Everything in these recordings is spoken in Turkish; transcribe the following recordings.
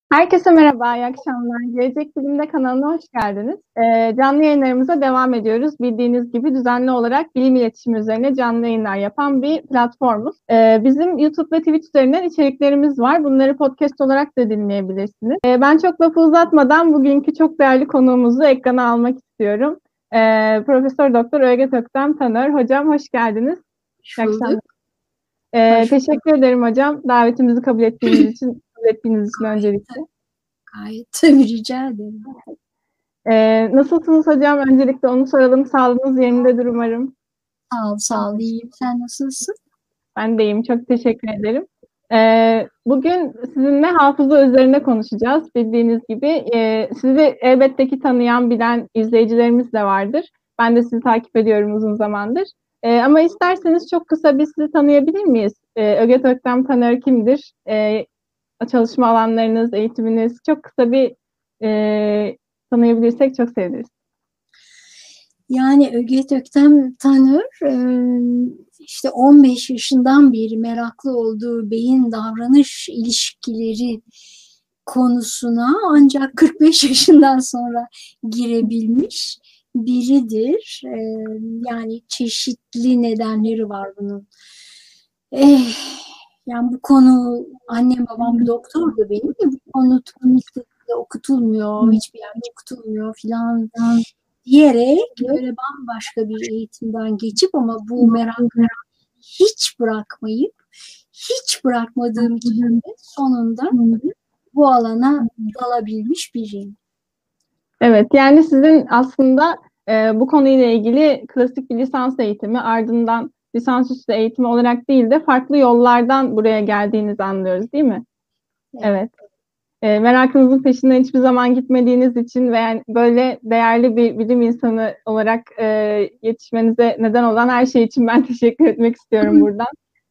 Herkese merhaba, iyi akşamlar. Gelecek Bilim'de kanalına hoş geldiniz. Canlı yayınlarımıza devam ediyoruz. Bildiğiniz gibi düzenli olarak bilim iletişimi üzerine canlı yayınlar yapan bir platformuz. Bizim YouTube ve Twitch üzerinden içeriklerimiz var. Bunları podcast olarak da dinleyebilirsiniz. Ben çok lafı uzatmadan bugünkü çok değerli konuğumuzu ekrana almak istiyorum. Profesör Doktor Öge Töktem Tanör. Hocam hoş geldiniz. Hoş İyi akşamlar. bulduk. Hoş bulduk. Teşekkür ederim hocam. Davetimizi kabul ettiğiniz için öncelikle. Gayet tabii rica ederim. Nasılsınız hocam? Öncelikle onu soralım. Sağlığınız yerindedir umarım. Sağ ol, iyiyim. Sen nasılsın? Ben de iyiyim. Çok teşekkür ederim. Bugün sizinle hafıza üzerine konuşacağız. Bildiğiniz gibi sizi elbette ki tanıyan, bilen izleyicilerimiz de vardır. Ben de sizi takip ediyorum uzun zamandır. Ama isterseniz çok kısa biz sizi tanıyabilir miyiz? Öget Öktem Taner kimdir? Çalışma alanlarınız, eğitiminiz çok kısa bir tanıyabilirsek çok seviniriz. Yani Öge Töktem Tanır, işte 15 yaşından beri meraklı olduğu beyin davranış ilişkileri konusuna ancak 45 yaşından sonra girebilmiş biridir. Yani çeşitli nedenleri var bunun. Eh, Yani bu konu, annem babam doktordu benim ve bu konu fakültede okutulmuyor, hiçbir yerde okutulmuyor filan diyerek böyle bambaşka bir eğitimden geçip ama bu merakı hiç bırakmayıp hiç bırakmadığım için de sonunda bu alana dalabilmiş biriyim. Evet, yani sizin aslında bu konuyla ilgili klasik bir lisans eğitimi, ardından lisansüstü eğitimi olarak değil de farklı yollardan buraya geldiğinizi anlıyoruz, değil mi? Evet. Evet. Merakınızın peşinden hiçbir zaman gitmediğiniz için ve yani böyle değerli bir bilim insanı olarak yetişmenize neden olan her şey için ben teşekkür etmek istiyorum buradan.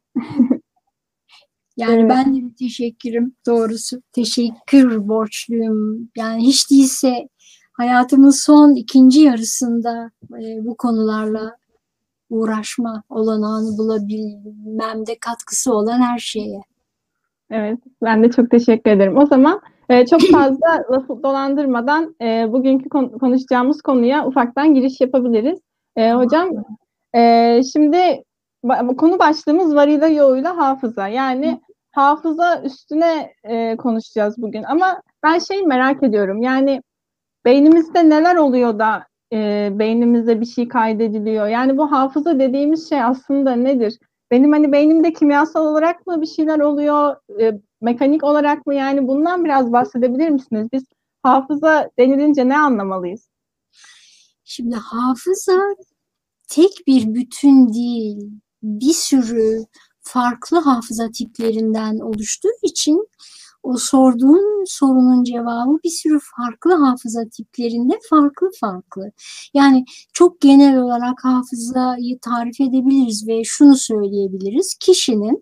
Yani ben de bir teşekkürüm doğrusu. Teşekkür borçluyum. Yani hiç değilse hayatımın son ikinci yarısında bu konularla uğraşma olanağını bulabilmemde katkısı olan her şeye. Evet, ben de çok teşekkür ederim. O zaman çok fazla lafı dolandırmadan bugünkü konuşacağımız konuya ufaktan giriş yapabiliriz. Tamam. Hocam, şimdi konu başlığımız varıyla yoğuyla hafıza. Yani hafıza üstüne konuşacağız bugün. Ama ben şeyi merak ediyorum. Yani beynimizde neler oluyor da beynimizde bir şey kaydediliyor? Yani bu hafıza dediğimiz şey aslında nedir? Benim hani beynimde kimyasal olarak mı bir şeyler oluyor? Mekanik olarak mı? Yani bundan biraz bahsedebilir misiniz? Biz hafıza denilince ne anlamalıyız? Şimdi hafıza tek bir bütün değil, bir sürü farklı hafıza tiplerinden oluştuğu için o sorduğun sorunun cevabı bir sürü farklı hafıza tiplerinde farklı farklı. Yani çok genel olarak hafızayı tarif edebiliriz ve şunu söyleyebiliriz. Kişinin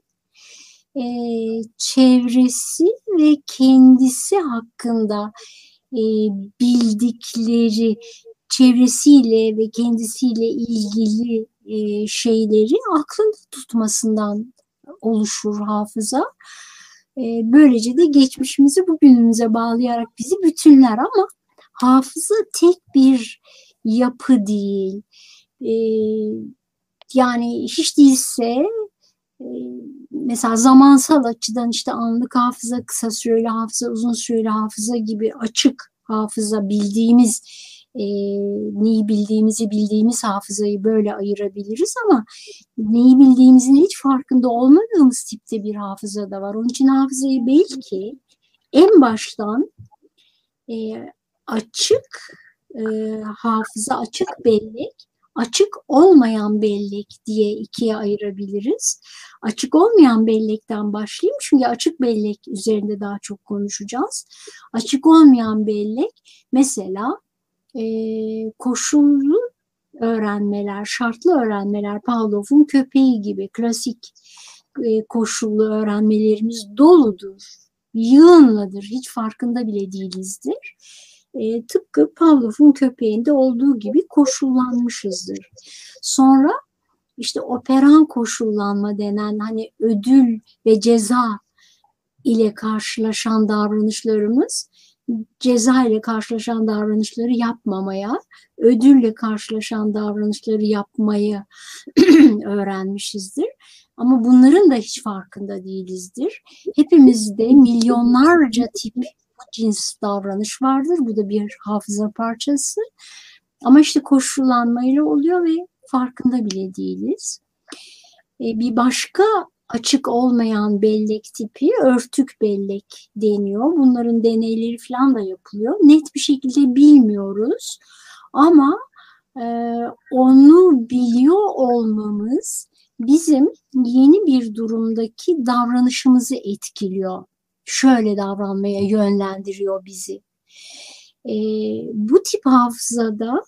çevresi ve kendisi hakkında e, bildikleri, çevresiyle ve kendisiyle ilgili şeyleri aklında tutmasından oluşur hafıza. Böylece de geçmişimizi bugünümüze bağlayarak bizi bütünler ama hafıza tek bir yapı değil. E, Yani hiç değilse mesela zamansal açıdan işte anlık hafıza, kısa süreli hafıza, uzun süreli hafıza gibi açık hafıza bildiğimiz neyi bildiğimizi bildiğimiz hafızayı böyle ayırabiliriz ama neyi bildiğimizin hiç farkında olmadığımız tipte bir hafıza da var. Onun için hafızayı belki en baştan e, açık hafıza, açık bellek, açık olmayan bellek diye ikiye ayırabiliriz. Açık olmayan bellekten başlayayım çünkü açık bellek üzerinde daha çok konuşacağız. Açık olmayan bellek mesela koşullu öğrenmeler, şartlı öğrenmeler, Pavlov'un köpeği gibi klasik koşullu öğrenmelerimiz doludur, yığınladır, hiç farkında bile değilizdir. Tıpkı Pavlov'un köpeğinde olduğu gibi koşullanmışızdır. Sonra işte operan koşullanma denen hani ödül ve ceza ile karşılaşan davranışlarımız ceza ile karşılaşan davranışları yapmamaya, ödülle karşılaşan davranışları yapmayı öğrenmişizdir. Ama bunların da hiç farkında değilizdir. Hepimizde milyonlarca tip bu cins davranış vardır. Bu da bir hafıza parçası. Ama işte koşullanmayla oluyor ve farkında bile değiliz. Bir başka açık olmayan bellek tipi örtük bellek deniyor. Bunların deneyleri falan da yapılıyor. Net bir şekilde bilmiyoruz ama onu biliyor olmamız bizim yeni bir durumdaki davranışımızı etkiliyor. Şöyle davranmaya yönlendiriyor bizi. Bu tip hafızada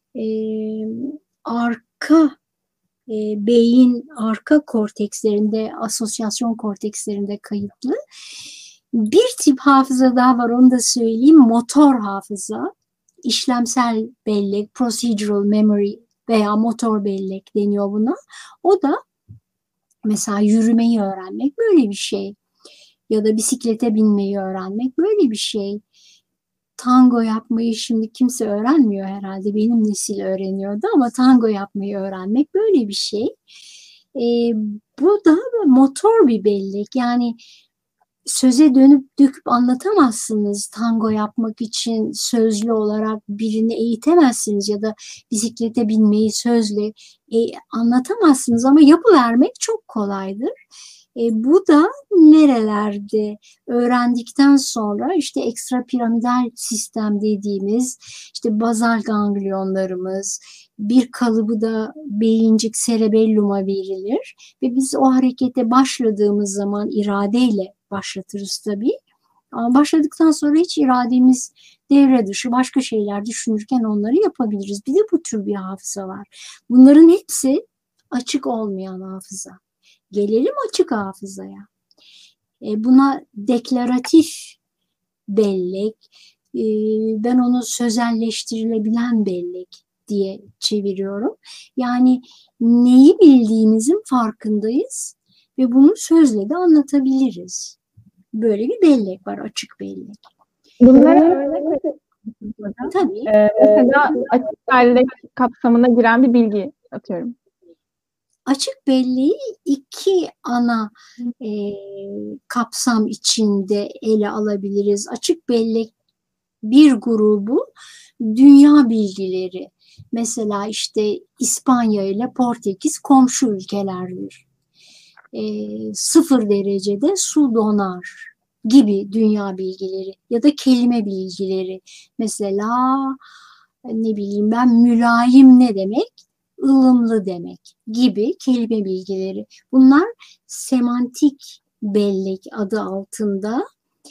beyin arka kortekslerinde, asosyasyon kortekslerinde kayıtlı. Bir tip hafıza daha var, onu da söyleyeyim. Motor hafıza, işlemsel bellek, procedural memory veya motor bellek deniyor buna. O da mesela yürümeyi öğrenmek böyle bir şey. Ya da bisiklete binmeyi öğrenmek böyle bir şey. Tango yapmayı şimdi kimse öğrenmiyor herhalde. Benim nesil öğreniyordu ama tango yapmayı öğrenmek böyle bir şey. Bu da motor bir bellek. Yani söze döküp anlatamazsınız tango yapmak için sözlü olarak birini eğitemezsiniz ya da bisiklete binmeyi sözle anlatamazsınız ama yapıvermek çok kolaydır. Bu da nerelerde öğrendikten sonra işte ekstrapiramidal sistem dediğimiz işte bazal ganglionlarımız, bir kalıbı da beyincik cerebellum'a verilir ve biz o harekete başladığımız zaman iradeyle başlatırız tabii. Ama başladıktan sonra hiç irademiz devre dışı başka şeyler düşünürken onları yapabiliriz. Bir de bu tür bir hafıza var. Bunların hepsi açık olmayan hafıza. Gelelim açık hafızaya. Buna deklaratif bellek, ben onu sözelleştirilebilen bellek diye çeviriyorum. Yani neyi bildiğimizin farkındayız ve bunu sözle de anlatabiliriz. Böyle bir bellek var, açık bellek. Bunlara örnek verelim hocam. Tabii. Mesela açık bellek kapsamına giren bir bilgi atıyorum. Açık belleği iki ana kapsam içinde ele alabiliriz. Açık bellek bir grubu dünya bilgileri. Mesela işte İspanya ile Portekiz komşu ülkelerdir. 0 derecede su donar gibi dünya bilgileri ya da kelime bilgileri. Mesela ne bileyim ben, mülayim ne demek? ılımlı demek gibi kelime bilgileri. Bunlar semantik bellek adı altında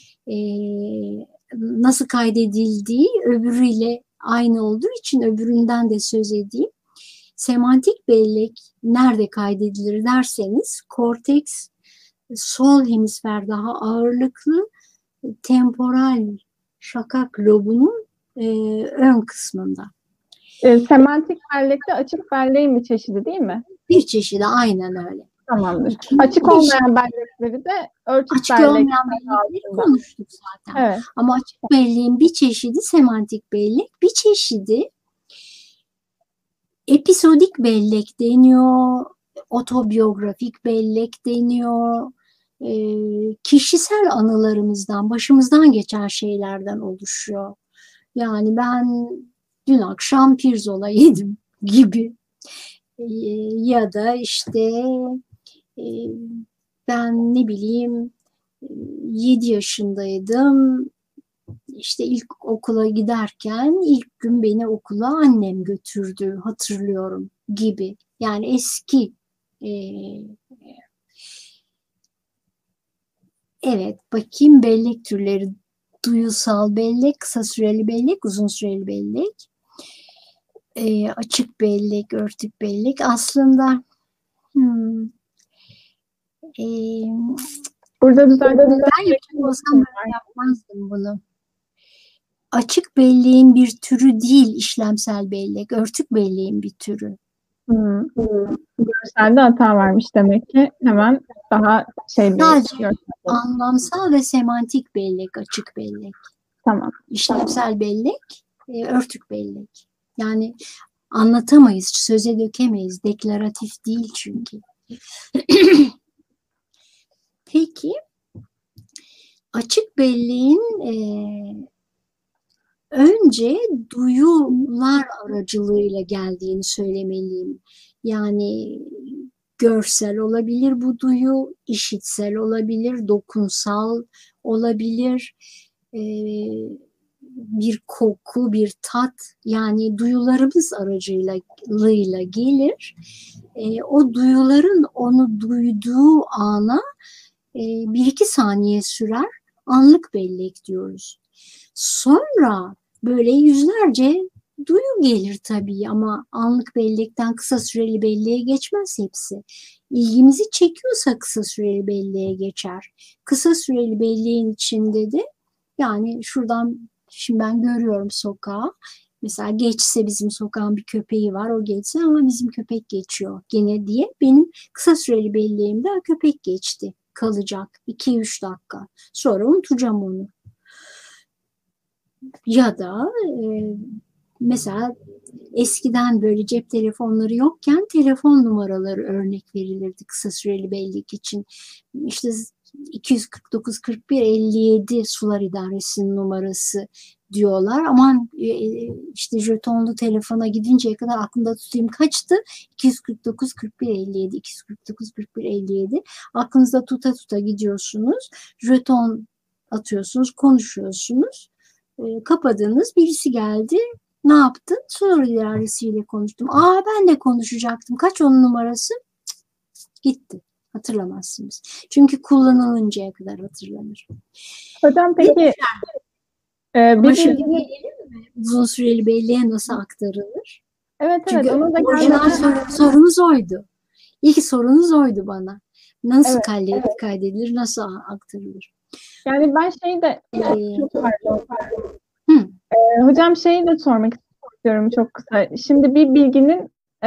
nasıl kaydedildiği öbürüyle aynı olduğu için öbüründen de söz edeyim. Semantik bellek nerede kaydedilir derseniz korteks, sol hemisfer daha ağırlıklı, temporal şakak lobunun ön kısmında. Semantik bellekte açık belleğin bir çeşidi değil mi? Bir çeşidi, aynen öyle. Tamamdır. Açık olmayan bellekleri de örtük açık bellek. olmayan bellekleri konuştuk zaten. Evet. Ama açık belleğin bir çeşidi semantik bellek, bir çeşidi episodik bellek deniyor, otobiyografik bellek deniyor. Kişisel anılarımızdan, başımızdan geçen şeylerden oluşuyor. Yani ben dün akşam pirzola yedim gibi. Ya da işte ben ne bileyim 7 yaşındaydım. İşte ilk okula giderken ilk gün beni okula annem götürdü, hatırlıyorum gibi. Yani eski evet, bakayım bellek türleri: duyusal bellek, kısa süreli bellek, uzun süreli bellek, açık bellek, örtük bellek. Aslında burada ben yapacak olsam böyle yapmazdım bunu. Açık belleğin bir türü değil işlemsel bellek, örtük belleğin bir türü. Hı. Görselde hata varmış demek ki. Hemen daha şey bir Sadece görsel. anlamsal ve semantik bellek, açık bellek. Tamam. İşlevsel bellek, örtük bellek. Yani anlatamayız, söze dökemeyiz. Deklaratif değil çünkü. Peki, açık belleğin önce duyular aracılığıyla geldiğini söylemeliyim. Yani görsel olabilir bu duyu, işitsel olabilir, dokunsal olabilir, bir koku, bir tat, yani duyularımız aracılığıyla gelir. O duyuların onu duyduğu ana bir iki saniye sürer, anlık bellek diyoruz. Sonra böyle yüzlerce duyu gelir tabii ama anlık bellekten kısa süreli belleğe geçmez hepsi. İlgimizi çekiyorsa kısa süreli belleğe geçer. Kısa süreli belleğin içinde de yani şuradan şimdi ben görüyorum sokağı. Mesela geçse bizim sokağın bir köpeği var o geçse ama bizim köpek geçiyor gene diye benim kısa süreli belleğimde köpek geçti kalacak 2-3 dakika. Sonra unutacağım onu. Ya da mesela eskiden böyle cep telefonları yokken telefon numaraları örnek verilirdi kısa süreli bellek için. İşte 249 41 57 Sular İdaresi'nin numarası diyorlar. Aman işte jetonlu telefona gidinceye kadar aklımda tutayım kaçtı? 249 41 57 249 41 57 aklınızda tuta tuta gidiyorsunuz. Jeton atıyorsunuz, konuşuyorsunuz. Kapadınız, birisi geldi. Ne yaptın? Sular idaresiyle konuştum. Ben de konuşacaktım. Kaç onun numarası? Gitti. Hatırlamazsınız. Çünkü kullanılıncaya kadar hatırlanır. Hocam peki Ama bir şimdi bilginin uzun süreli belleğe nasıl aktarılır? evet Çünkü onu da orijinal sorunuz oydu. İlk sorunuz oydu bana. Nasıl evet. kaydedilir, nasıl aktarılır? Yani ben şeyi de Ee, çok pardon. hı, Hocam şeyi de sormak istiyorum çok kısa. Şimdi bir bilginin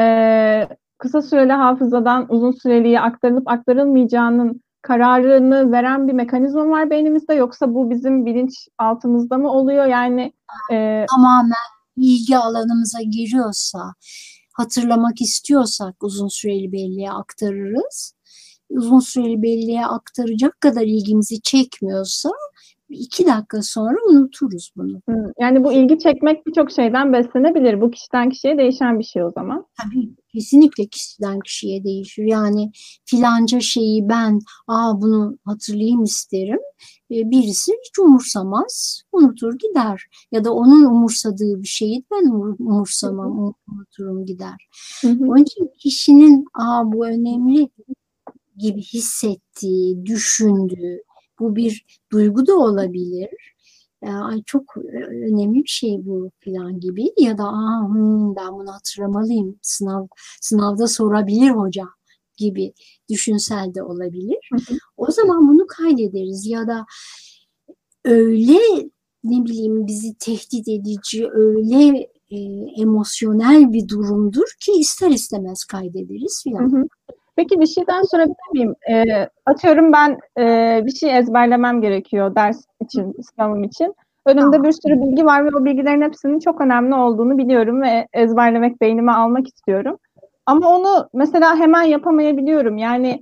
kısa süreli hafızadan uzun süreliye aktarılıp aktarılmayacağının kararını veren bir mekanizma var beynimizde yoksa bu bizim bilinç altımızda mı oluyor? Yani tamamen ilgi alanımıza giriyorsa, hatırlamak istiyorsak uzun süreli belleğe aktarırız. Uzun süreli belleğe aktaracak kadar ilgimizi çekmiyorsa 2 dakika sonra unuturuz bunu. yani bu ilgi çekmek birçok şeyden beslenebilir. Bu kişiden kişiye değişen bir şey o zaman. Tabii kesinlikle kişiden kişiye değişir. Yani filanca şeyi ben bunu hatırlayayım isterim. Birisi hiç umursamaz, unutur gider. Ya da onun umursadığı bir şeyi ben umursamam, unuturum gider. Hı hı. Onun için kişinin bu önemli gibi hissettiği, düşündüğü, bu bir duygu da olabilir. Ay çok önemli bir şey bu filan gibi ya da ben bunu hatırlamalıyım sınavda sorabilir hoca gibi düşünsel de olabilir. Hı hı. O zaman bunu kaydederiz ya da öyle ne bileyim bizi tehdit edici öyle emosyonel bir durumdur ki ister istemez kaydederiz Hı filan. hı. Peki bir şeyden sorabilir miyim? Atıyorum ben bir şey ezberlemem gerekiyor ders için, sınavım için. Önümde bir sürü bilgi var ve o bilgilerin hepsinin çok önemli olduğunu biliyorum ve ezberlemek, beynime almak istiyorum. Ama onu mesela hemen yapamayabiliyorum. Yani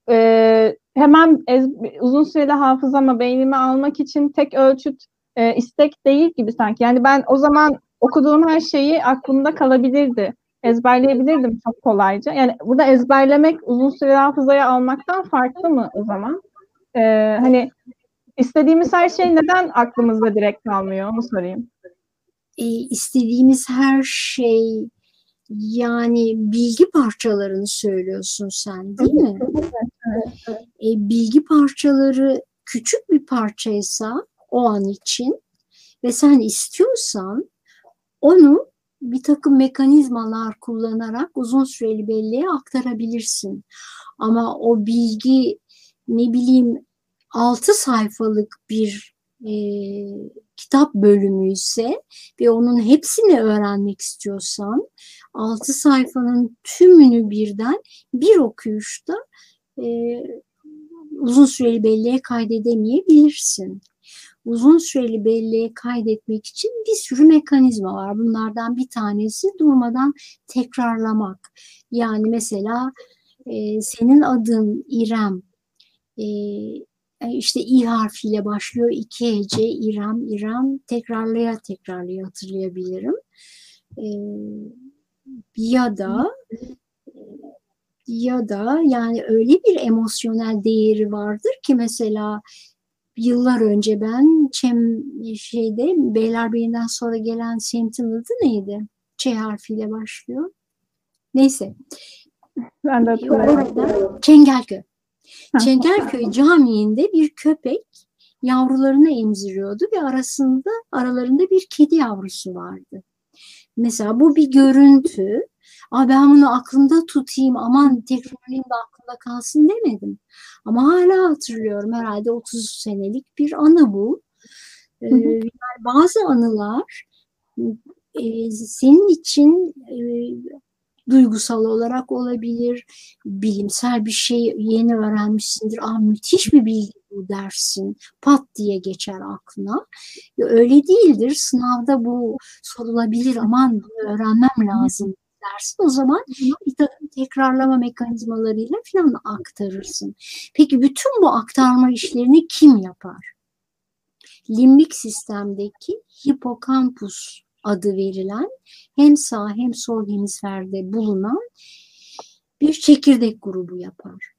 hemen uzun süreli hafızama, beynime almak için tek ölçüt istek değil gibi sanki. Yani ben o zaman okuduğum her şeyi aklımda kalabilirdi, ezberleyebilirdim çok kolayca. Yani burada ezberlemek uzun süreli hafızaya almaktan farklı mı o zaman? Hani istediğimiz her şey neden aklımızda direkt kalmıyor? Onu sorayım. İstediğimiz her şey yani bilgi parçalarını söylüyorsun sen değil mi? Bilgi parçaları küçük bir parçaysa o an için ve sen istiyorsan onu bir takım mekanizmalar kullanarak uzun süreli belleğe aktarabilirsin. Ama o bilgi ne bileyim 6 sayfalık bir e, kitap bölümü ise ve onun hepsini öğrenmek istiyorsan 6 sayfanın tümünü birden bir okuyuşta e, uzun süreli belleğe kaydedemeyebilirsin. Uzun süreli belleğe kaydetmek için bir sürü mekanizma var. Bunlardan bir tanesi durmadan tekrarlamak. Yani mesela senin adın İrem, işte İ harfiyle başlıyor. 2 hece İrem, İrem tekrarlaya tekrarlaya hatırlayabilirim. E, ya da yani öyle bir emosyonel değeri vardır ki mesela yıllar önce ben Beylerbeyi'nden sonra gelen semtin adı neydi? Ç harfiyle başlıyor. Neyse. Ben de hatırlıyorum. Orada Çengelköy. Çengelköy Camii'nde bir köpek yavrularını emziriyordu ve aralarında bir kedi yavrusu vardı. Mesela bu bir görüntü. Ben bunu aklımda tutayım, aman tekrarlayayım da aklımda kalsın demedim. Ama hala hatırlıyorum. Herhalde 30 senelik bir anı bu. Yani bazı anılar senin için duygusal olarak olabilir, bilimsel bir şey yeni öğrenmişsindir. Müthiş bir bilgi bu dersin. Pat diye geçer aklına. Öyle değildir. Sınavda bu sorulabilir. Aman bunu öğrenmem lazım dersin. O zaman bir takım tekrarlama mekanizmalarıyla falan aktarırsın. Peki bütün bu aktarma işlerini kim yapar? Limbik sistemdeki hipokampus adı verilen hem sağ hem sol hemisferde bulunan bir çekirdek grubu yapar.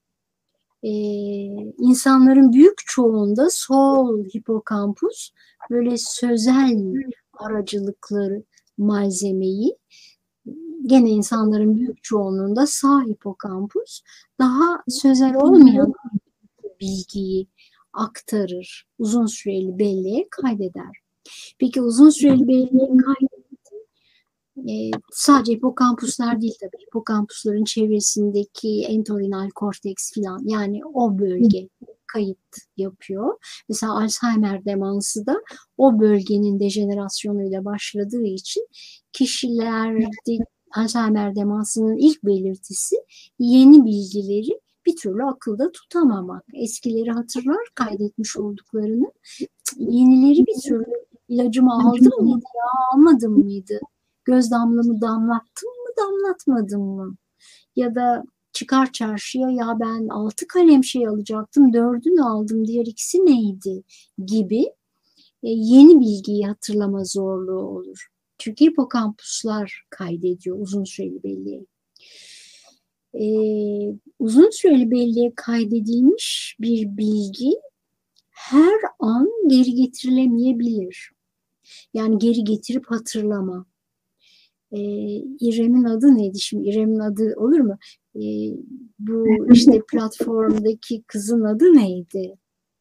İnsanların büyük çoğunda sol hipokampus böyle sözel aracılıkları malzemeyi, gene insanların büyük çoğunluğunda sağ hipokampus daha sözel olmayan bilgiyi aktarır, uzun süreli belleğe kaydeder. Peki uzun süreli belleğe sadece hipokampuslar değil tabii. Hipokampusların çevresindeki entorhinal korteks filan, yani o bölge kayıt yapıyor. Mesela Alzheimer demansı da o bölgenin dejenerasyonuyla başladığı için kişilerde Alzheimer demansının ilk belirtisi yeni bilgileri bir türlü akılda tutamamak. Eskileri hatırlar kaydetmiş olduklarını. Yenileri bir türlü ilacımı aldım mıydı ya almadım mıydı? Göz damlamı damlattım mı damlatmadım mı? Ya da çıkar çarşıya, ya ben 6 kalem şey alacaktım 4'ünü aldım, diğer ikisi neydi gibi yeni bilgiyi hatırlama zorluğu olur. Çünkü hipokampuslar kaydediyor uzun süreli belleği. Uzun süreli belleğe kaydedilmiş bir bilgi her an geri getirilemeyebilir. Yani geri getirip hatırlama. İrem'in adı neydi şimdi? İrem'in adı olur mu? Bu işte platformdaki kızın adı neydi?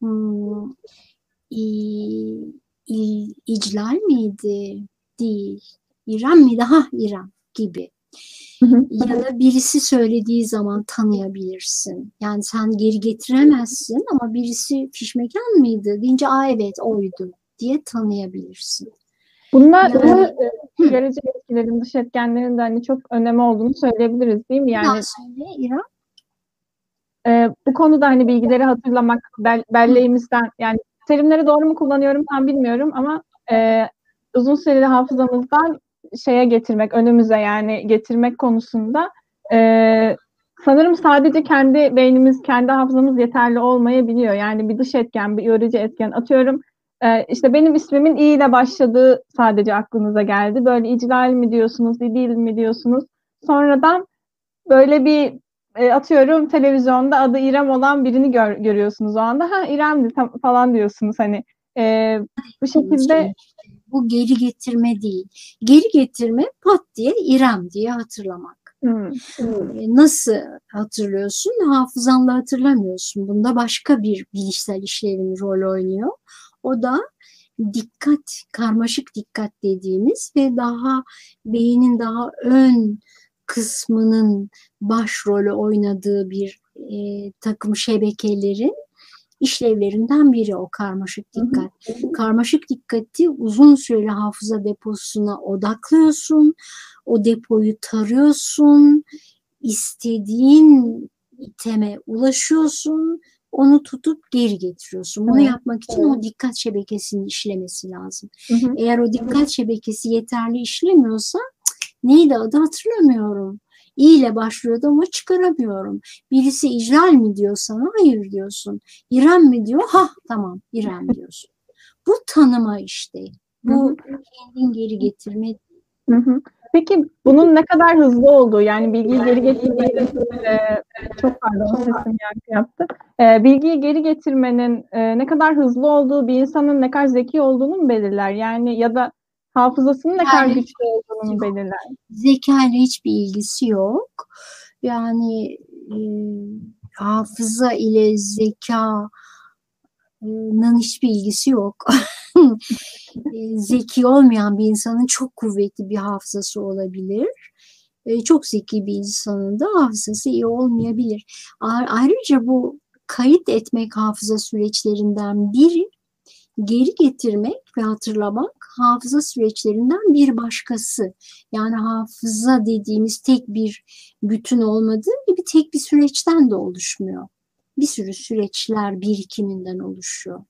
İclal miydi? Değil. İrem miydi? İrem gibi. Ya da birisi söylediği zaman tanıyabilirsin. Yani sen geri getiremezsin ama birisi fişmekan mıydı deyince evet oydu diye tanıyabilirsin. Bunlar görece etkilerin, dış etkenlerin de hani çok önemi olduğunu söyleyebiliriz değil mi? Yani daha söyle İrem. Bu konuda hani bilgileri hatırlamak, belleğimizden, yani terimleri doğru mu kullanıyorum tam bilmiyorum ama uzun süreli hafızamızdan şeye getirmek, önümüze yani getirmek konusunda sanırım sadece kendi beynimiz, kendi hafızamız yeterli olmayabiliyor. Yani bir dış etken, bir görece etken, atıyorum işte benim ismimin İ ile başladığı sadece aklınıza geldi. Böyle İclal mi diyorsunuz, değil mi diyorsunuz? Sonradan böyle bir atıyorum televizyonda adı İrem olan birini görüyorsunuz o anda. İrem'di falan diyorsunuz hani. Bu şekilde bu geri getirme değil. Geri getirme pat diye İrem diye hatırlamak. Nasıl hatırlıyorsun? Hafızanla hatırlamıyorsun. Bunda başka bir bilişsel işlevin rol oynuyor. O da dikkat, karmaşık dikkat dediğimiz ve daha beynin daha ön kısmının başrolü oynadığı bir takım şebekelerin işlevlerinden biri o karmaşık dikkat. Karmaşık dikkati uzun süreli hafıza deposuna odaklıyorsun, o depoyu tarıyorsun, istediğin iteme ulaşıyorsun, onu tutup geri getiriyorsun. Bunu yapmak için o dikkat şebekesinin işlemesi lazım. Eğer o dikkat şebekesi yeterli işlemiyorsa, neydi adı hatırlamıyorum. İ ile başlıyordu ama çıkaramıyorum. Birisi İclal mi diyor sana? Hayır diyorsun. İrem mi diyor? Ha tamam İrem diyorsun. Bu tanıma işte. Bu kendin geri getirme. Peki bunun ne kadar hızlı olduğu, yani bilgiyi geri getirmenin çok pardon sesim yankı yaptı. Bilgiyi geri getirmenin ne kadar hızlı olduğu bir insanın ne kadar zeki olduğunu mu belirler? Yani ya da hafızasının ne kadar güçlü olduğunu mu belirler? Zeka ile hiçbir ilgisi yok. Yani hafıza ile zekanın hiçbir ilgisi yok. Zeki olmayan bir insanın çok kuvvetli bir hafızası olabilir. Çok zeki bir insanın da hafızası iyi olmayabilir. Ayrıca bu kayıt etmek hafıza süreçlerinden biri, geri getirmek ve hatırlamak hafıza süreçlerinden bir başkası. Yani hafıza dediğimiz tek bir bütün olmadığı gibi tek bir süreçten de oluşmuyor. Bir sürü süreçler birikiminden oluşuyor.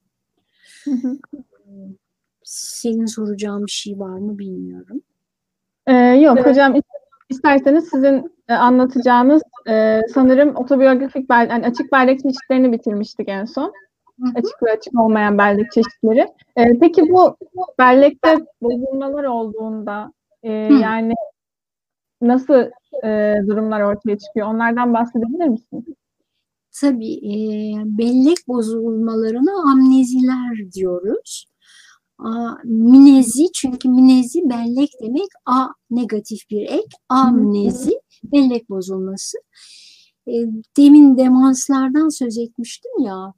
Senin soracağın bir şey var mı bilmiyorum. Yok hocam, isterseniz sizin anlatacağınız sanırım otobiyografik yani açık bellek çeşitlerini bitirmiştik en son. Açık ve açık olmayan bellek çeşitleri. Peki bu bellekte bozulmalar olduğunda yani nasıl durumlar ortaya çıkıyor? Onlardan bahsedebilir misiniz? Tabii bellek bozulmalarına amneziler diyoruz. Minezi, çünkü minezi bellek demek, A negatif bir ek, amnezi bellek bozulması. Demin demanslardan söz etmiştim ya.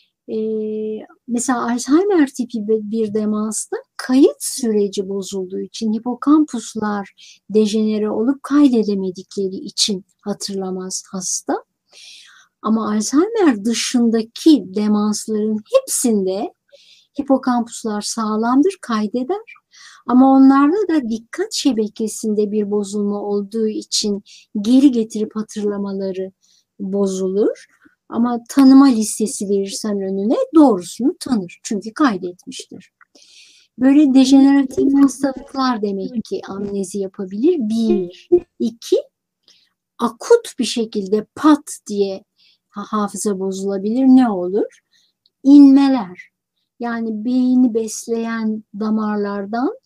Mesela Alzheimer tipi bir demansta kayıt süreci bozulduğu için hipokampuslar dejenere olup kaydedemedikleri için hatırlamaz hasta. Ama Alzheimer dışındaki demansların hepsinde hipokampuslar sağlamdır, kaydeder. Ama onlarda da dikkat şebekesinde bir bozulma olduğu için geri getirip hatırlamaları bozulur. Ama tanıma listesi verirsen önüne doğrusunu tanır. Çünkü kaydetmiştir. Böyle dejeneratif hastalıklar demek ki amnezi yapabilir. 1. 2. Akut bir şekilde pat diye hafıza bozulabilir. Ne olur? İnmeler. Yani beyni besleyen damarlardan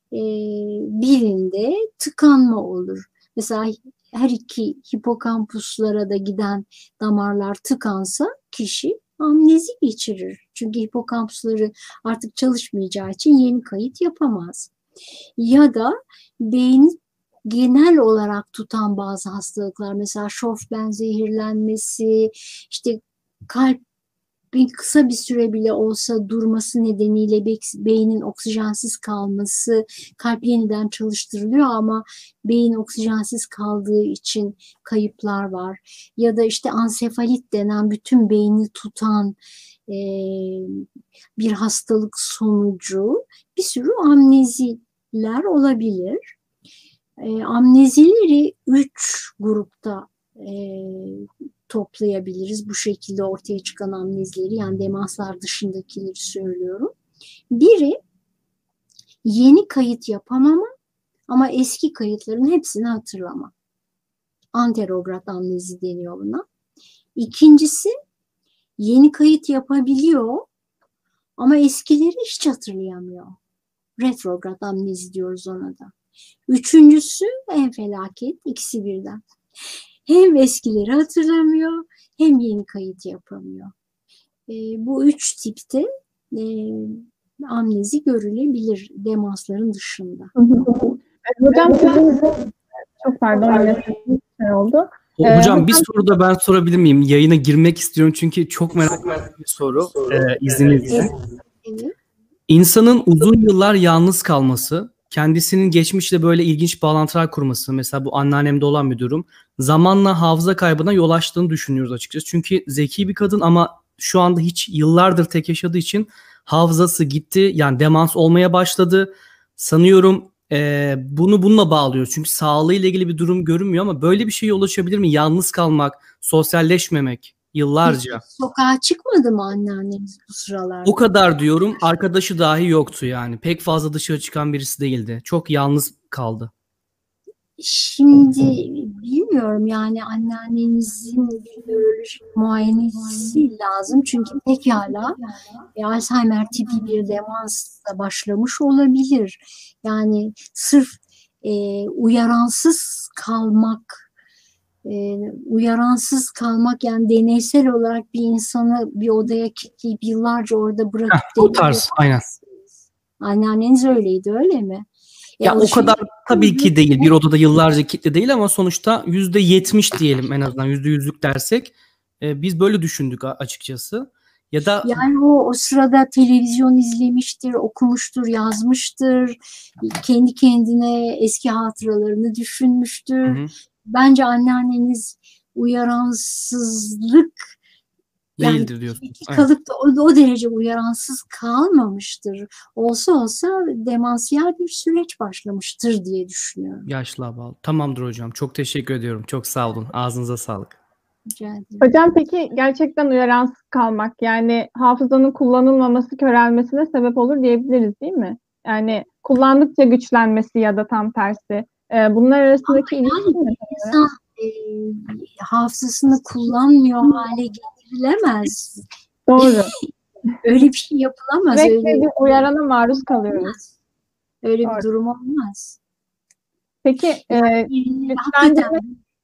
birinde tıkanma olur. Mesela her iki hipokampuslara da giden damarlar tıkansa kişi amnezi geçirir. Çünkü hipokampusları artık çalışmayacağı için yeni kayıt yapamaz. Ya da beyni genel olarak tutan bazı hastalıklar, mesela şofben zehirlenmesi, işte kalp kısa bir süre bile olsa durması nedeniyle beynin oksijensiz kalması, kalp yeniden çalıştırılıyor ama beyin oksijensiz kaldığı için kayıplar var. Ya da işte ansefalit denen bütün beyni tutan bir hastalık sonucu bir sürü amneziler olabilir. Amnezileri 3 grupta toplayabiliriz. Bu şekilde ortaya çıkan amnezileri, yani demanslar dışındakileri söylüyorum. Biri, yeni kayıt yapamama ama eski kayıtların hepsini hatırlama. Anterograd amnezi deniyor buna. İkincisi, yeni kayıt yapabiliyor ama eskileri hiç hatırlayamıyor. Retrograd amnezi diyoruz ona da. Üçüncüsü en felaket, ikisi birden. Hem eskileri hatırlamıyor hem yeni kayıt yapamıyor. Bu 3 tipte amnezi görülebilir demansların dışında. Hocam sizin çok pardon yine oldu. Hocam bir soru da ben sorabilir miyim? Yayına girmek istiyorum çünkü çok merak ettiğim bir soru. İzninizle. Evet. İnsanın uzun yıllar yalnız kalması, kendisinin geçmişle böyle ilginç bağlantılar kurması, mesela bu anneannemde olan bir durum, zamanla hafıza kaybına yol açtığını düşünüyoruz açıkçası. Çünkü zeki bir kadın ama şu anda hiç yıllardır tek yaşadığı için hafızası gitti. Yani demans olmaya başladı. Sanıyorum bunu bununla bağlıyor. Çünkü sağlığıyla ilgili bir durum görünmüyor ama böyle bir şeye ulaşabilir mi? Yalnız kalmak, sosyalleşmemek yıllarca. Sokağa çıkmadı mı anneanneniz bu sıralarda? O kadar diyorum. Arkadaşı dahi yoktu yani. Pek fazla dışarı çıkan birisi değildi. Çok yalnız kaldı. Şimdi bilmiyorum, yani anneannenizin bir nörolojik muayenesi lazım. Çünkü pekala Alzheimer tipi bir demans da başlamış olabilir. Yani sırf uyaransız kalmak yani deneysel olarak bir insanı bir odaya kilitleyip yıllarca orada bırakıp O tarz, aynen. Anneanneniz öyleydi, öyle mi? Ya o kadar tabii ki değil. Bir odada yıllarca kilitli değil ama sonuçta %70 diyelim, en azından %100'lük dersek. Biz böyle düşündük açıkçası. Ya da yani o sırada televizyon izlemiştir, okumuştur, yazmıştır. Kendi kendine eski hatıralarını düşünmüştür. Hı. Bence anneanneniz uyaransızlık değildir diyorsun. kalıp da o derece uyaransız kalmamıştır. Olsa demansiyel bir süreç başlamıştır diye düşünüyorum. Yaşlığa bağlı. Tamamdır hocam. Çok teşekkür ediyorum. Çok sağ olun. Ağzınıza sağlık. Rica ederim. Hocam peki gerçekten uyaransız kalmak, yani hafızanın kullanılmaması körelmesine sebep olur diyebiliriz değil mi? Yani kullandıkça güçlenmesi ya da tam tersi. Bunlar arasındaki ilişki ne? İnsan hafızasını kullanmıyor hale getirilemez. Doğru. Öyle bir şey yapılamaz. Sürekli Öyle bir uyarana maruz kalıyoruz. Öyle Doğru. bir durum olmaz. Peki hakikaten.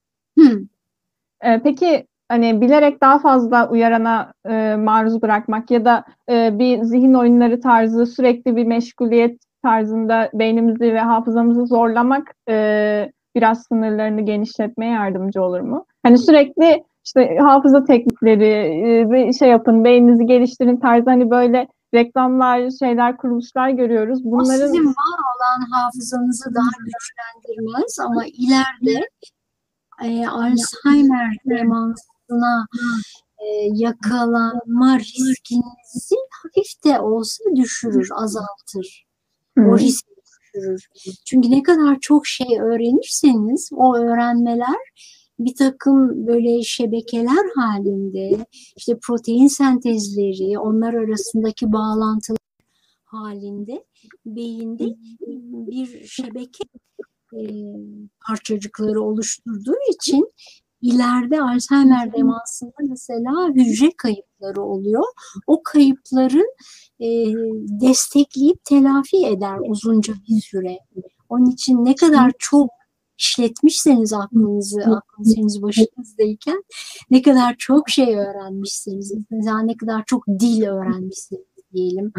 Peki hani bilerek daha fazla uyarana maruz bırakmak ya da bir zihin oyunları tarzı, sürekli bir meşguliyet tarzında beynimizi ve hafızamızı zorlamak biraz sınırlarını genişletmeye yardımcı olur mu? Hani sürekli işte hafıza teknikleri şey yapın, beyninizi geliştirin tarzı, hani böyle reklamlar, şeyler, kuruluşlar görüyoruz. O sizin var olan hafızanızı daha güçlendirmez ama ileride Alzheimer demansına yakalanma riskinizi hafif de olsa düşürür, azaltır. O riski düşürür. Çünkü ne kadar çok şey öğrenirseniz o öğrenmeler bir takım böyle şebekeler halinde, işte protein sentezleri, onlar arasındaki bağlantılar halinde beyinde bir şebeke parçacıkları oluşturduğu için ileride Alzheimer demansında mesela hücre kayıpları oluyor. O kayıpları destekleyip telafi eder uzunca bir süre. Onun için ne kadar çok işletmişseniz aklınız henüz başınızdayken, ne kadar çok şey öğrenmişsiniz, mesela ne kadar çok dil öğrenmişsiniz diyelim,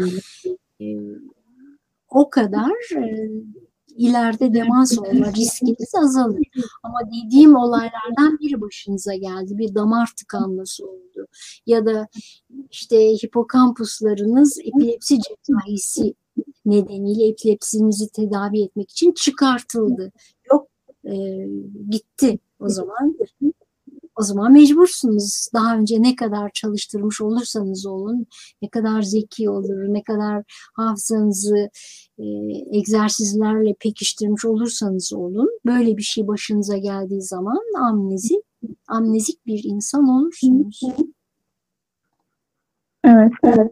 o kadar ileride demans olma riskiniz azalır. Ama dediğim olaylardan biri başınıza geldi. Bir damar tıkanması oldu. Ya da işte hipokampuslarınız epilepsi cerrahisi nedeniyle epilepsinizi tedavi etmek için çıkartıldı. Yok, gitti o zaman. O zaman mecbursunuz. Daha önce ne kadar çalıştırmış olursanız olun, ne kadar zeki olur, ne kadar hafızanızı egzersizlerle pekiştirmiş olursanız olun, böyle bir şey başınıza geldiği zaman amnezik bir insan olursunuz. Evet.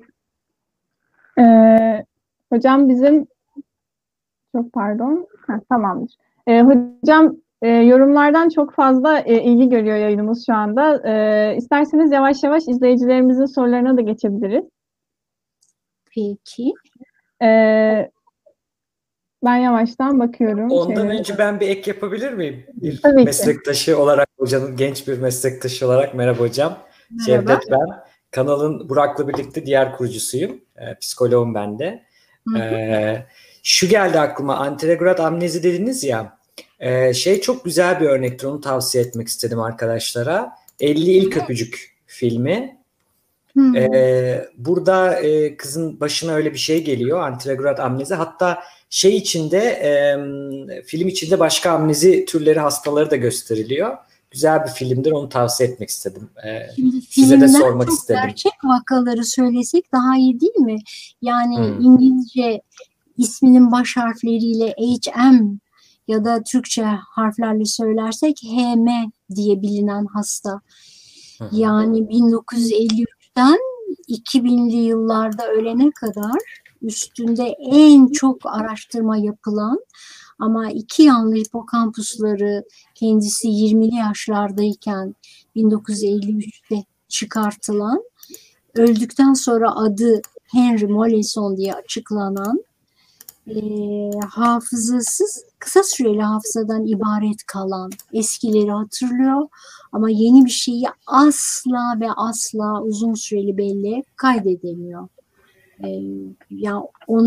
Hocam bizim çok pardon. Tamamdır. Hocam yorumlardan çok fazla ilgi görüyor yayınımız şu anda. İsterseniz yavaş yavaş izleyicilerimizin sorularına da geçebiliriz. Peki. Ben yavaştan bakıyorum. Ondan önce ben bir ek yapabilir miyim? Bir Tabii meslektaşı olarak, hocanın genç bir meslektaşı olarak. Merhaba hocam. Merhaba. Cevdet ben. Kanalın Burak'la birlikte diğer kurucusuyum. Psikoloğum ben de. Şu geldi aklıma, anterograd amnezi dediniz ya. Çok güzel bir örnektir, onu tavsiye etmek istedim arkadaşlara. 50 İlk Öpücük filmi. Burada kızın başına öyle bir şey geliyor, anterograd amnezi. Hatta film içinde başka amnezi türleri, hastaları da gösteriliyor. güzel bir filmdir. Onu tavsiye etmek istedim. Şimdi Size de filmden sormak çok istedim. gerçek vakaları söylesek daha iyi değil mi? Yani Hmm. İngilizce isminin baş harfleriyle HM ya da Türkçe harflerle söylersek HM diye bilinen hasta. Hı hı. Yani 1953'ten 2000'li yıllarda ölene kadar üstünde en çok araştırma yapılan ama iki yanlı hipokampusları kendisi 20'li yaşlardayken 1953'te çıkartılan, öldükten sonra adı Henry Molaison diye açıklanan, hafızasız, kısa süreli hafızadan ibaret kalan, eskileri hatırlıyor ama yeni bir şeyi asla ve asla uzun süreli belleğe kaydedemiyor. Ya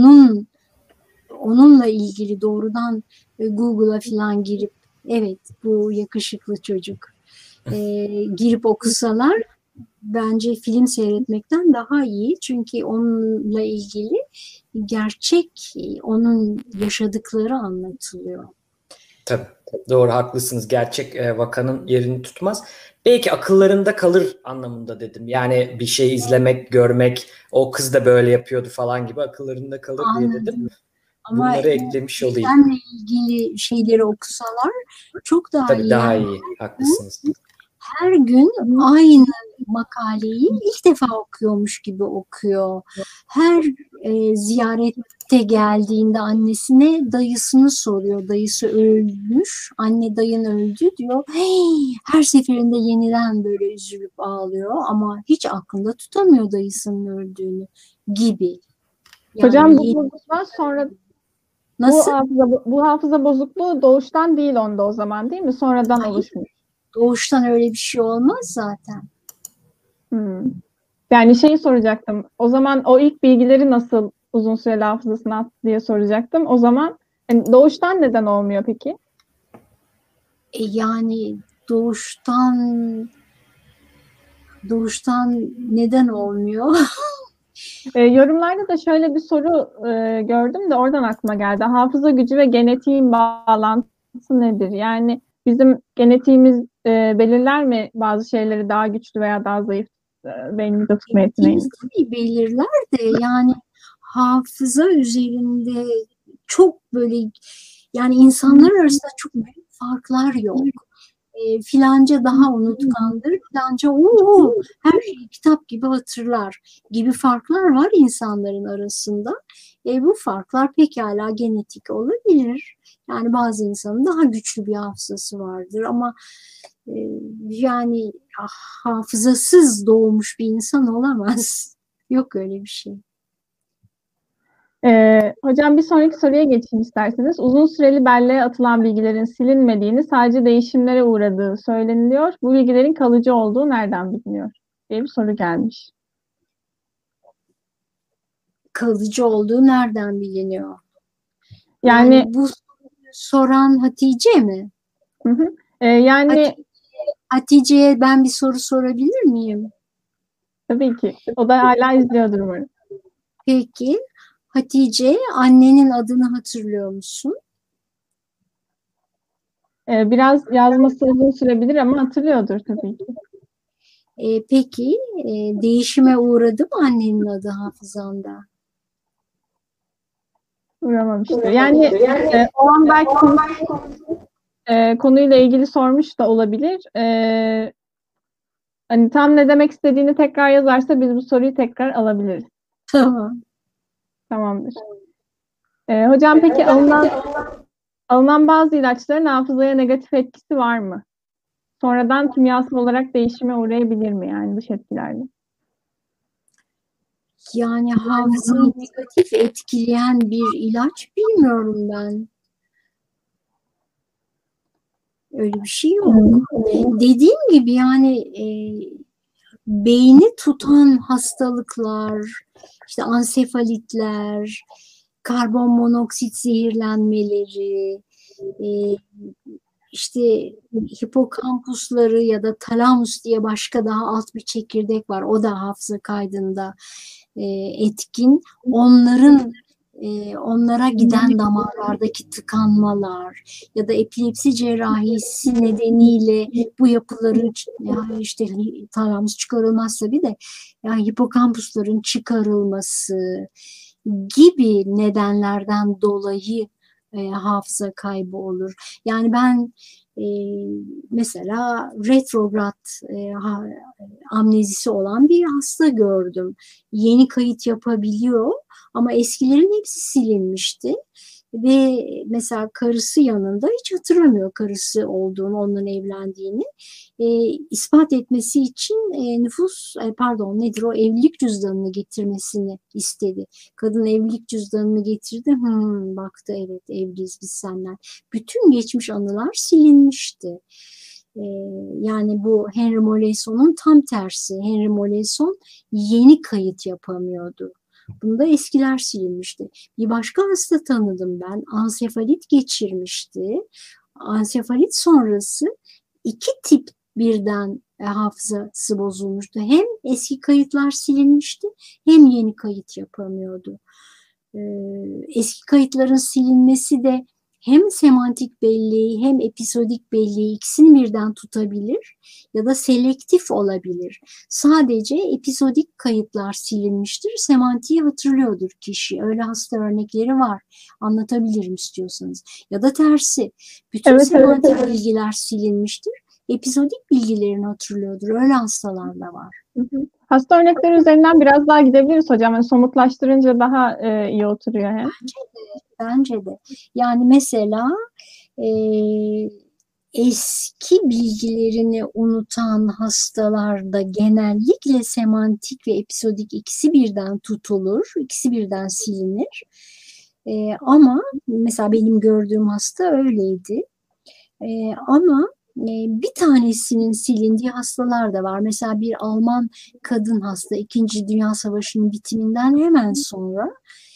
onunla ilgili doğrudan Google'a falan girip evet bu yakışıklı çocuk girip okusalar bence film seyretmekten daha iyi. Çünkü onunla ilgili gerçek onun yaşadıkları anlatılıyor. Tabii. Doğru, haklısınız. Gerçek vakanın yerini tutmaz. Belki akıllarında kalır anlamında dedim. Yani bir şey izlemek, görmek, o kız da böyle yapıyordu falan gibi akıllarında kalır diye dedim. Anladım. Ama Bunları eklemiş olayım. benle ilgili şeyleri okusalar çok daha Tabii iyi. daha Yani iyi. Haklısınız. her gün aynı makaleyi ilk defa okuyormuş gibi okuyor. Her ziyarette geldiğinde annesine dayısını soruyor. Dayısı ölmüş, anne dayın öldü diyor. Hey! Her seferinde yeniden böyle üzülüp ağlıyor ama hiç aklında tutamıyor dayısının öldüğünü gibi. Yani Hocam bu bozukluğa sonra nasıl? bu hafıza bozukluğu doğuştan değil onda o zaman, değil mi? Sonradan Hayır. oluşmuş. Doğuştan öyle bir şey olmaz zaten. Yani şeyi soracaktım. O zaman o ilk bilgileri nasıl uzun süreli hafızasına attı diye soracaktım. O zaman yani doğuştan neden olmuyor peki? Yani doğuştan neden olmuyor? Yorumlarda da şöyle bir soru gördüm de oradan aklıma geldi. Hafıza gücü ve genetiğin bağlantısı nedir? Yani bizim genetiğimiz belirler mi bazı şeyleri daha güçlü veya daha zayıf beynimizde tutma yeteneğimiz? Tabii belirler de yani hafıza üzerinde çok böyle yani insanlar arasında çok büyük farklar yok. Filanca daha unutkandır, filanca her şeyi kitap gibi hatırlar gibi farklar var insanların arasında. Bu farklar pekala genetik olabilir. Yani bazı insanın daha güçlü bir hafızası vardır ama yani hafızasız doğmuş bir insan olamaz. Yok öyle bir şey. Hocam bir sonraki soruya geçeyim isterseniz. Uzun süreli belleğe atılan bilgilerin silinmediğini, sadece değişimlere uğradığı söyleniliyor. Bu bilgilerin kalıcı olduğu nereden biliniyor diye bir soru gelmiş. Kalıcı olduğu nereden biliniyor? Yani bu soran Hatice mi? hı. Yani Hatice'ye ben bir soru sorabilir miyim? tabii ki. O da hala izliyordur umarım. Peki. Hatice, annenin adını hatırlıyor musun? Biraz yazması uzun sürebilir ama hatırlıyordur tabii ki. Peki, değişime uğradı mı annenin adı hafızanda? Uğramamıştır. Yani o an belki konuyla ilgili sormuş da olabilir. Hani tam ne demek istediğini tekrar yazarsa biz bu soruyu tekrar alabiliriz. Tamam. Tamamdır. Hocam peki alınan bazı ilaçların hafızaya negatif etkisi var mı? Sonradan kimyasal olarak değişime uğrayabilir mi yani dış etkilerle? Yani hafızayı negatif etkileyen bir ilaç bilmiyorum ben. Öyle bir şey yok. Dediğim gibi yani beyni tutan hastalıklar, işte ansefalitler, karbon monoksit zehirlenmeleri, işte hipokampusları ya da talamus diye başka daha alt bir çekirdek var. O da hafıza kaydında etkin. Onların onlara giden damarlardaki tıkanmalar ya da epilepsi cerrahisi nedeniyle bu yapıların yani işte talamus çıkarılmaz tabii de yani hipokampusların çıkarılması gibi nedenlerden dolayı hafıza kaybı olur. Yani ben mesela retrograd amnezisi olan bir hasta gördüm. Yeni kayıt yapabiliyor ama eskilerin hepsi silinmişti. Ve mesela karısı yanında hiç hatırlamıyor karısı olduğunu, onunla evlendiğini. İspat etmesi için nedir o evlilik cüzdanını getirmesini istedi. Kadın evlilik cüzdanını getirdi. Baktı evet evliyiz biz senden. Bütün geçmiş anılar silinmişti. Yani bu Henry Mollaison'un tam tersi. Henry Mollaison yeni kayıt yapamıyordu. Bunda eskiler silinmişti. Bir başka hasta tanıdım ben. Ansefalit geçirmişti. Ansefalit sonrası 2 tip birden hafızası bozulmuştu. Hem eski kayıtlar silinmişti hem yeni kayıt yapamıyordu. Eski kayıtların silinmesi de hem semantik belleği hem episodik belleği ikisini birden tutabilir ya da selektif olabilir. Sadece episodik kayıtlar silinmiştir, semantiği hatırlıyordur kişi. Öyle hasta örnekleri var. Anlatabilirim istiyorsanız. Ya da tersi. Bütün semantik bilgiler silinmiştir, episodik bilgilerini hatırlıyordur. Öyle hastalar da var. Hasta örnekleri üzerinden biraz daha gidebiliriz hocam. Yani somutlaştırınca daha iyi oturuyor hem. Bence de. Yani mesela eski bilgilerini unutan hastalarda genellikle semantik ve episodik ikisi birden tutulur, ikisi birden silinir. Ama mesela benim gördüğüm hasta öyleydi. Ama bir tanesinin silindiği hastalar da var. Mesela bir Alman kadın hasta 2. Dünya Savaşı'nın bitiminden hemen sonra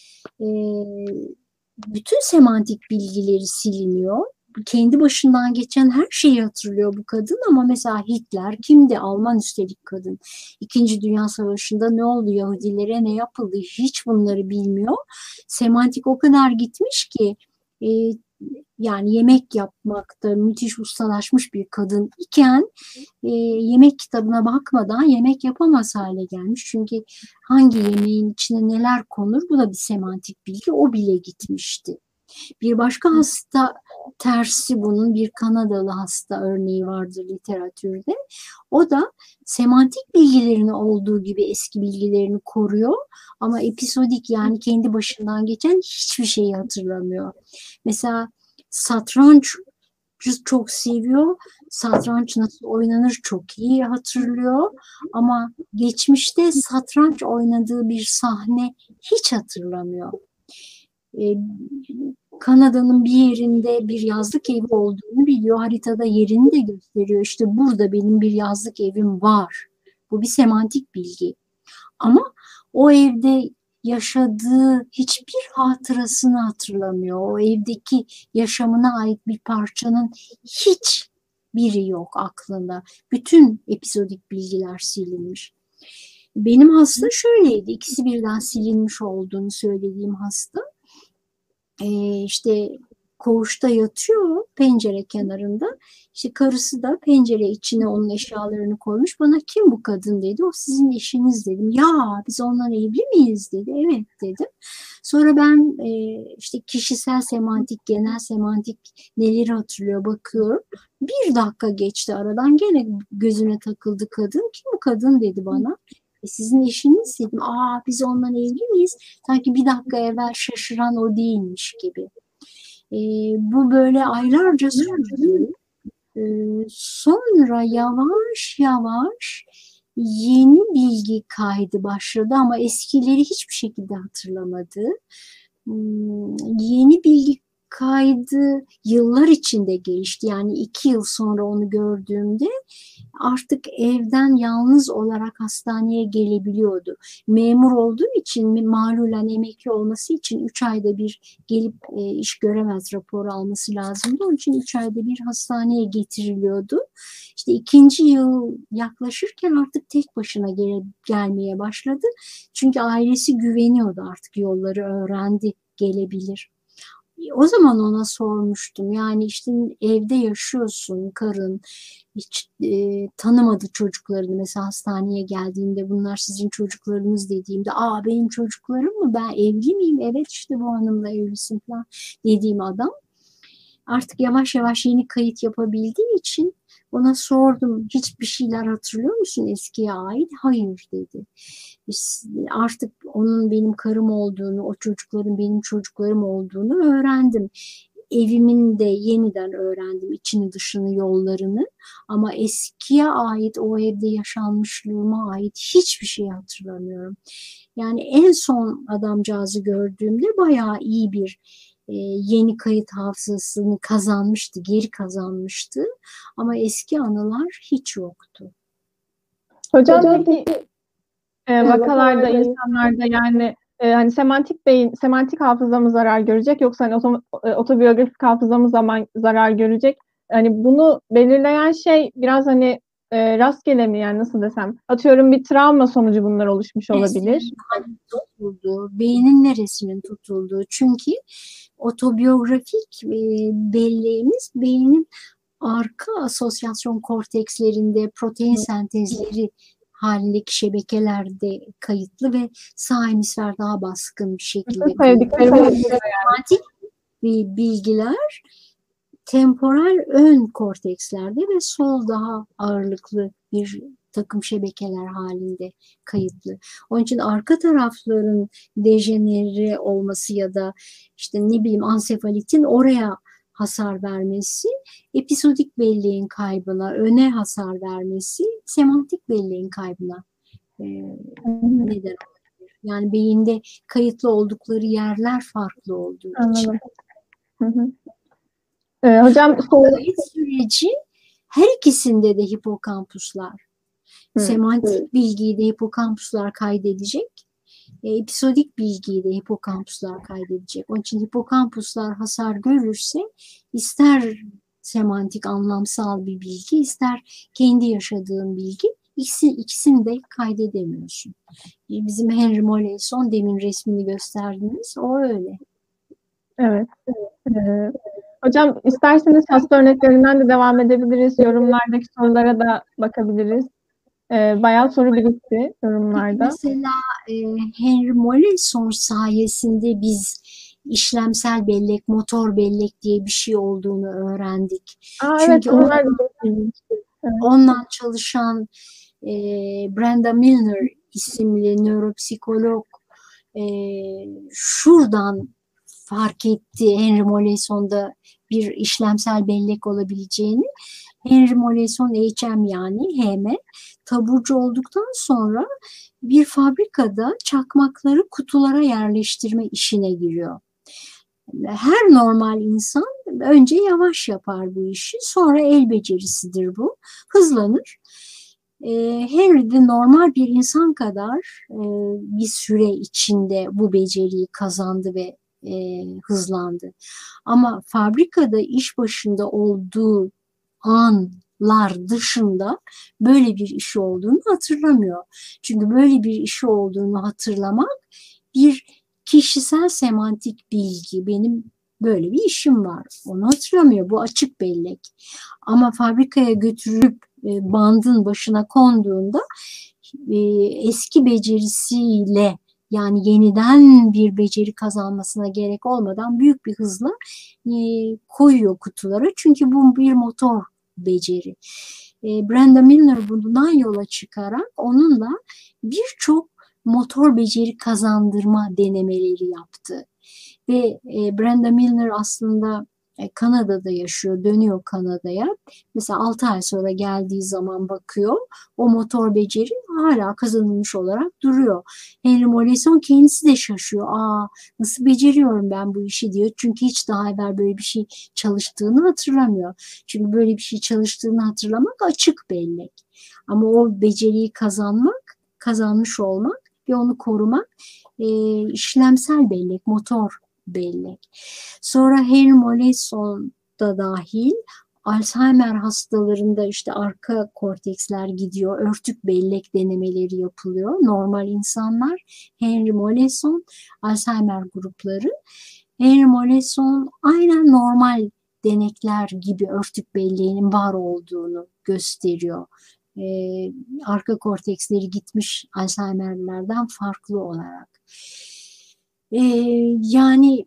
bütün semantik bilgileri siliniyor. Kendi başından geçen her şeyi hatırlıyor bu kadın ama mesela Hitler kimdi? Alman üstelik kadın. 2. Dünya Savaşı'nda ne oldu? Yahudilere ne yapıldı? Hiç bunları bilmiyor. Semantik o kadar gitmiş ki yani yemek yapmakta müthiş ustalaşmış bir kadın iken yemek kitabına bakmadan yemek yapamaz hale gelmiş. Çünkü hangi yemeğin içine neler konur bu da bir semantik bilgi, o bile gitmişti. Bir başka hasta tersi bunun, bir Kanadalı hasta örneği vardır literatürde. O da semantik bilgilerini olduğu gibi eski bilgilerini koruyor ama episodik yani kendi başından geçen hiçbir şeyi hatırlamıyor. Mesela satranç çok seviyor. Satranç nasıl oynanır çok iyi hatırlıyor. Ama geçmişte satranç oynadığı bir sahne hiç hatırlamıyor. Kanada'nın bir yerinde bir yazlık evi olduğunu biliyor. Haritada yerini de gösteriyor. İşte burada benim bir yazlık evim var. Bu bir semantik bilgi. Ama o evde yaşadığı hiçbir hatırasını hatırlamıyor. O evdeki yaşamına ait bir parçanın hiç biri yok aklında. Bütün episodik bilgiler silinmiş. Benim hasta şöyleydi. İkisi birden silinmiş olduğunu söylediğim hasta. İşte koğuşta yatıyor pencere kenarında. İşte karısı da pencere içine onun eşyalarını koymuş. Bana kim bu kadın dedi. O sizin eşiniz dedim. Ya biz onunla evli miyiz dedi. Evet dedim. Sonra ben işte kişisel semantik, genel semantik neleri hatırlıyor bakıyorum. 1 dakika geçti aradan gene gözüne takıldı kadın. Kim bu kadın dedi bana. Sizin eşiniz dedim. Biz ondan evli miyiz? Sanki 1 dakika evvel şaşıran o değilmiş gibi. Bu böyle aylarca sürdü. Sonra yavaş yavaş yeni bilgi kaydı başladı ama eskileri hiçbir şekilde hatırlamadı. Yeni bilgi kaydı yıllar içinde gelişti. Yani 2 yıl sonra onu gördüğümde artık evden yalnız olarak hastaneye gelebiliyordu. Memur olduğu için malulen emekli olması için 3 ayda bir gelip iş göremez raporu alması lazımdı. Onun için 3 ayda bir hastaneye getiriliyordu. İşte 2. yıl yaklaşırken artık tek başına gelmeye başladı. Çünkü ailesi güveniyordu artık yolları öğrendi gelebilir. O zaman ona sormuştum. Yani işte evde yaşıyorsun, karın hiç tanımadı çocuklarını. Mesela hastaneye geldiğinde bunlar sizin çocuklarınız dediğimde, benim çocuklarım mı? Ben evli miyim? Evet, işte bu hanımla evlisin falan dediğim adam artık yavaş yavaş yeni kayıt yapabildiği için ona sordum. Hiçbir şeyler hatırlıyor musun eskiye ait? Hayır dedi. Artık onun benim karım olduğunu, o çocukların benim çocuklarım olduğunu öğrendim. Evimin de yeniden öğrendim içini dışını yollarını, ama eskiye ait, o evde yaşanmışlığıma ait hiçbir şey hatırlamıyorum. Yani en son adamcağızı gördüğümde bayağı iyi bir yeni kayıt hafızasını kazanmıştı, geri kazanmıştı, ama eski anılar hiç yoktu. Hocam peki vakalarda, insanlarda yani hani semantik hafıza mı zarar görecek, yoksa hani otobiyografik hafıza mı zarar görecek? Hani bunu belirleyen şey biraz hani rastgele mi, yani nasıl desem? Atıyorum, bir travma sonucu bunlar oluşmuş olabilir. Tutuldu, beynin neresinin tutulduğu. Çünkü otobiyografik belleğimiz beynin arka asosyasyon kortekslerinde, protein sentezleri halindeki şebekelerde kayıtlı ve sağ hemisfer daha baskın bir şekilde Sevdiklerimiz Semantik bilgiler temporal ön kortekslerde ve sol daha ağırlıklı bir takım şebekeler halinde kayıtlı. Onun için arka tarafların dejenere olması ya da işte ne bileyim ansefalitin oraya hasar vermesi, episodik belleğin kaybına, öne hasar vermesi, semantik belleğin kaybına neden olabilir. Yani beyinde kayıtlı oldukları yerler farklı olduğu için. Anladım. Hocam Kayıt süreci her ikisinde de hipokampuslar. Semantik bilgiyi de hipokampuslar kaydedecek. Episodik bilgiyi de hipokampuslar kaydedecek. Onun için hipokampuslar hasar görürse ister semantik anlamsal bir bilgi, ister kendi yaşadığın bilgi, ikisini de kaydedemiyorsun. Bizim Henry Molaison, demin resmini gösterdiniz, o öyle. Evet. Hocam isterseniz hasta örneklerinden de devam edebiliriz. Yorumlardaki sorulara da bakabiliriz. Bayağı soru birikti yorumlarda. Mesela Henry Molaison sayesinde biz işlemsel bellek, motor bellek diye bir şey olduğunu öğrendik. Çünkü onlar ondan çalışan Brenda Milner isimli nöropsikolog şuradan fark etti Henry Molaison'da bir işlemsel bellek olabileceğini. Henry Molaison HM yani HM taburcu olduktan sonra bir fabrikada çakmakları kutulara yerleştirme işine giriyor. Her normal insan önce yavaş yapar bu işi, sonra el becerisidir bu. Hızlanır. Henry de normal bir insan kadar bir süre içinde bu beceriyi kazandı ve hızlandı. Ama fabrikada iş başında olduğu anlar dışında böyle bir işi olduğunu hatırlamıyor. Çünkü böyle bir işi olduğunu hatırlamak bir kişisel semantik bilgi. Benim böyle bir işim var. Onu hatırlamıyor. Bu açık bellek. Ama fabrikaya götürüp bandın başına konduğunda eski becerisiyle, yani yeniden bir beceri kazanmasına gerek olmadan büyük bir hızla koyuyor kutulara. Çünkü bu bir motor beceri. Brenda Milner bundan yola çıkarak onunla birçok motor beceri kazandırma denemeleri yaptı. Ve Brenda Milner aslında Kanada'da yaşıyor, dönüyor Kanada'ya. Mesela 6 ay sonra geldiği zaman bakıyor, o motor beceri hala kazanılmış olarak duruyor. Henry Molaison kendisi de şaşıyor. Nasıl beceriyorum ben bu işi diyor. Çünkü hiç daha evvel böyle bir şey çalıştığını hatırlamıyor. Çünkü böyle bir şey çalıştığını hatırlamak açık bellek. Ama o beceriyi kazanmış olmak ve onu korumak işlemsel bellek, motor bellek. Sonra Henry Molaison da dahil Alzheimer hastalarında işte arka korteksler gidiyor, örtük bellek denemeleri yapılıyor. Normal insanlar, Henry Molaison, Alzheimer grupları. Henry Molaison aynen normal denekler gibi örtük belleğinin var olduğunu gösteriyor. Arka korteksleri gitmiş Alzheimer'lerden farklı olarak. Yani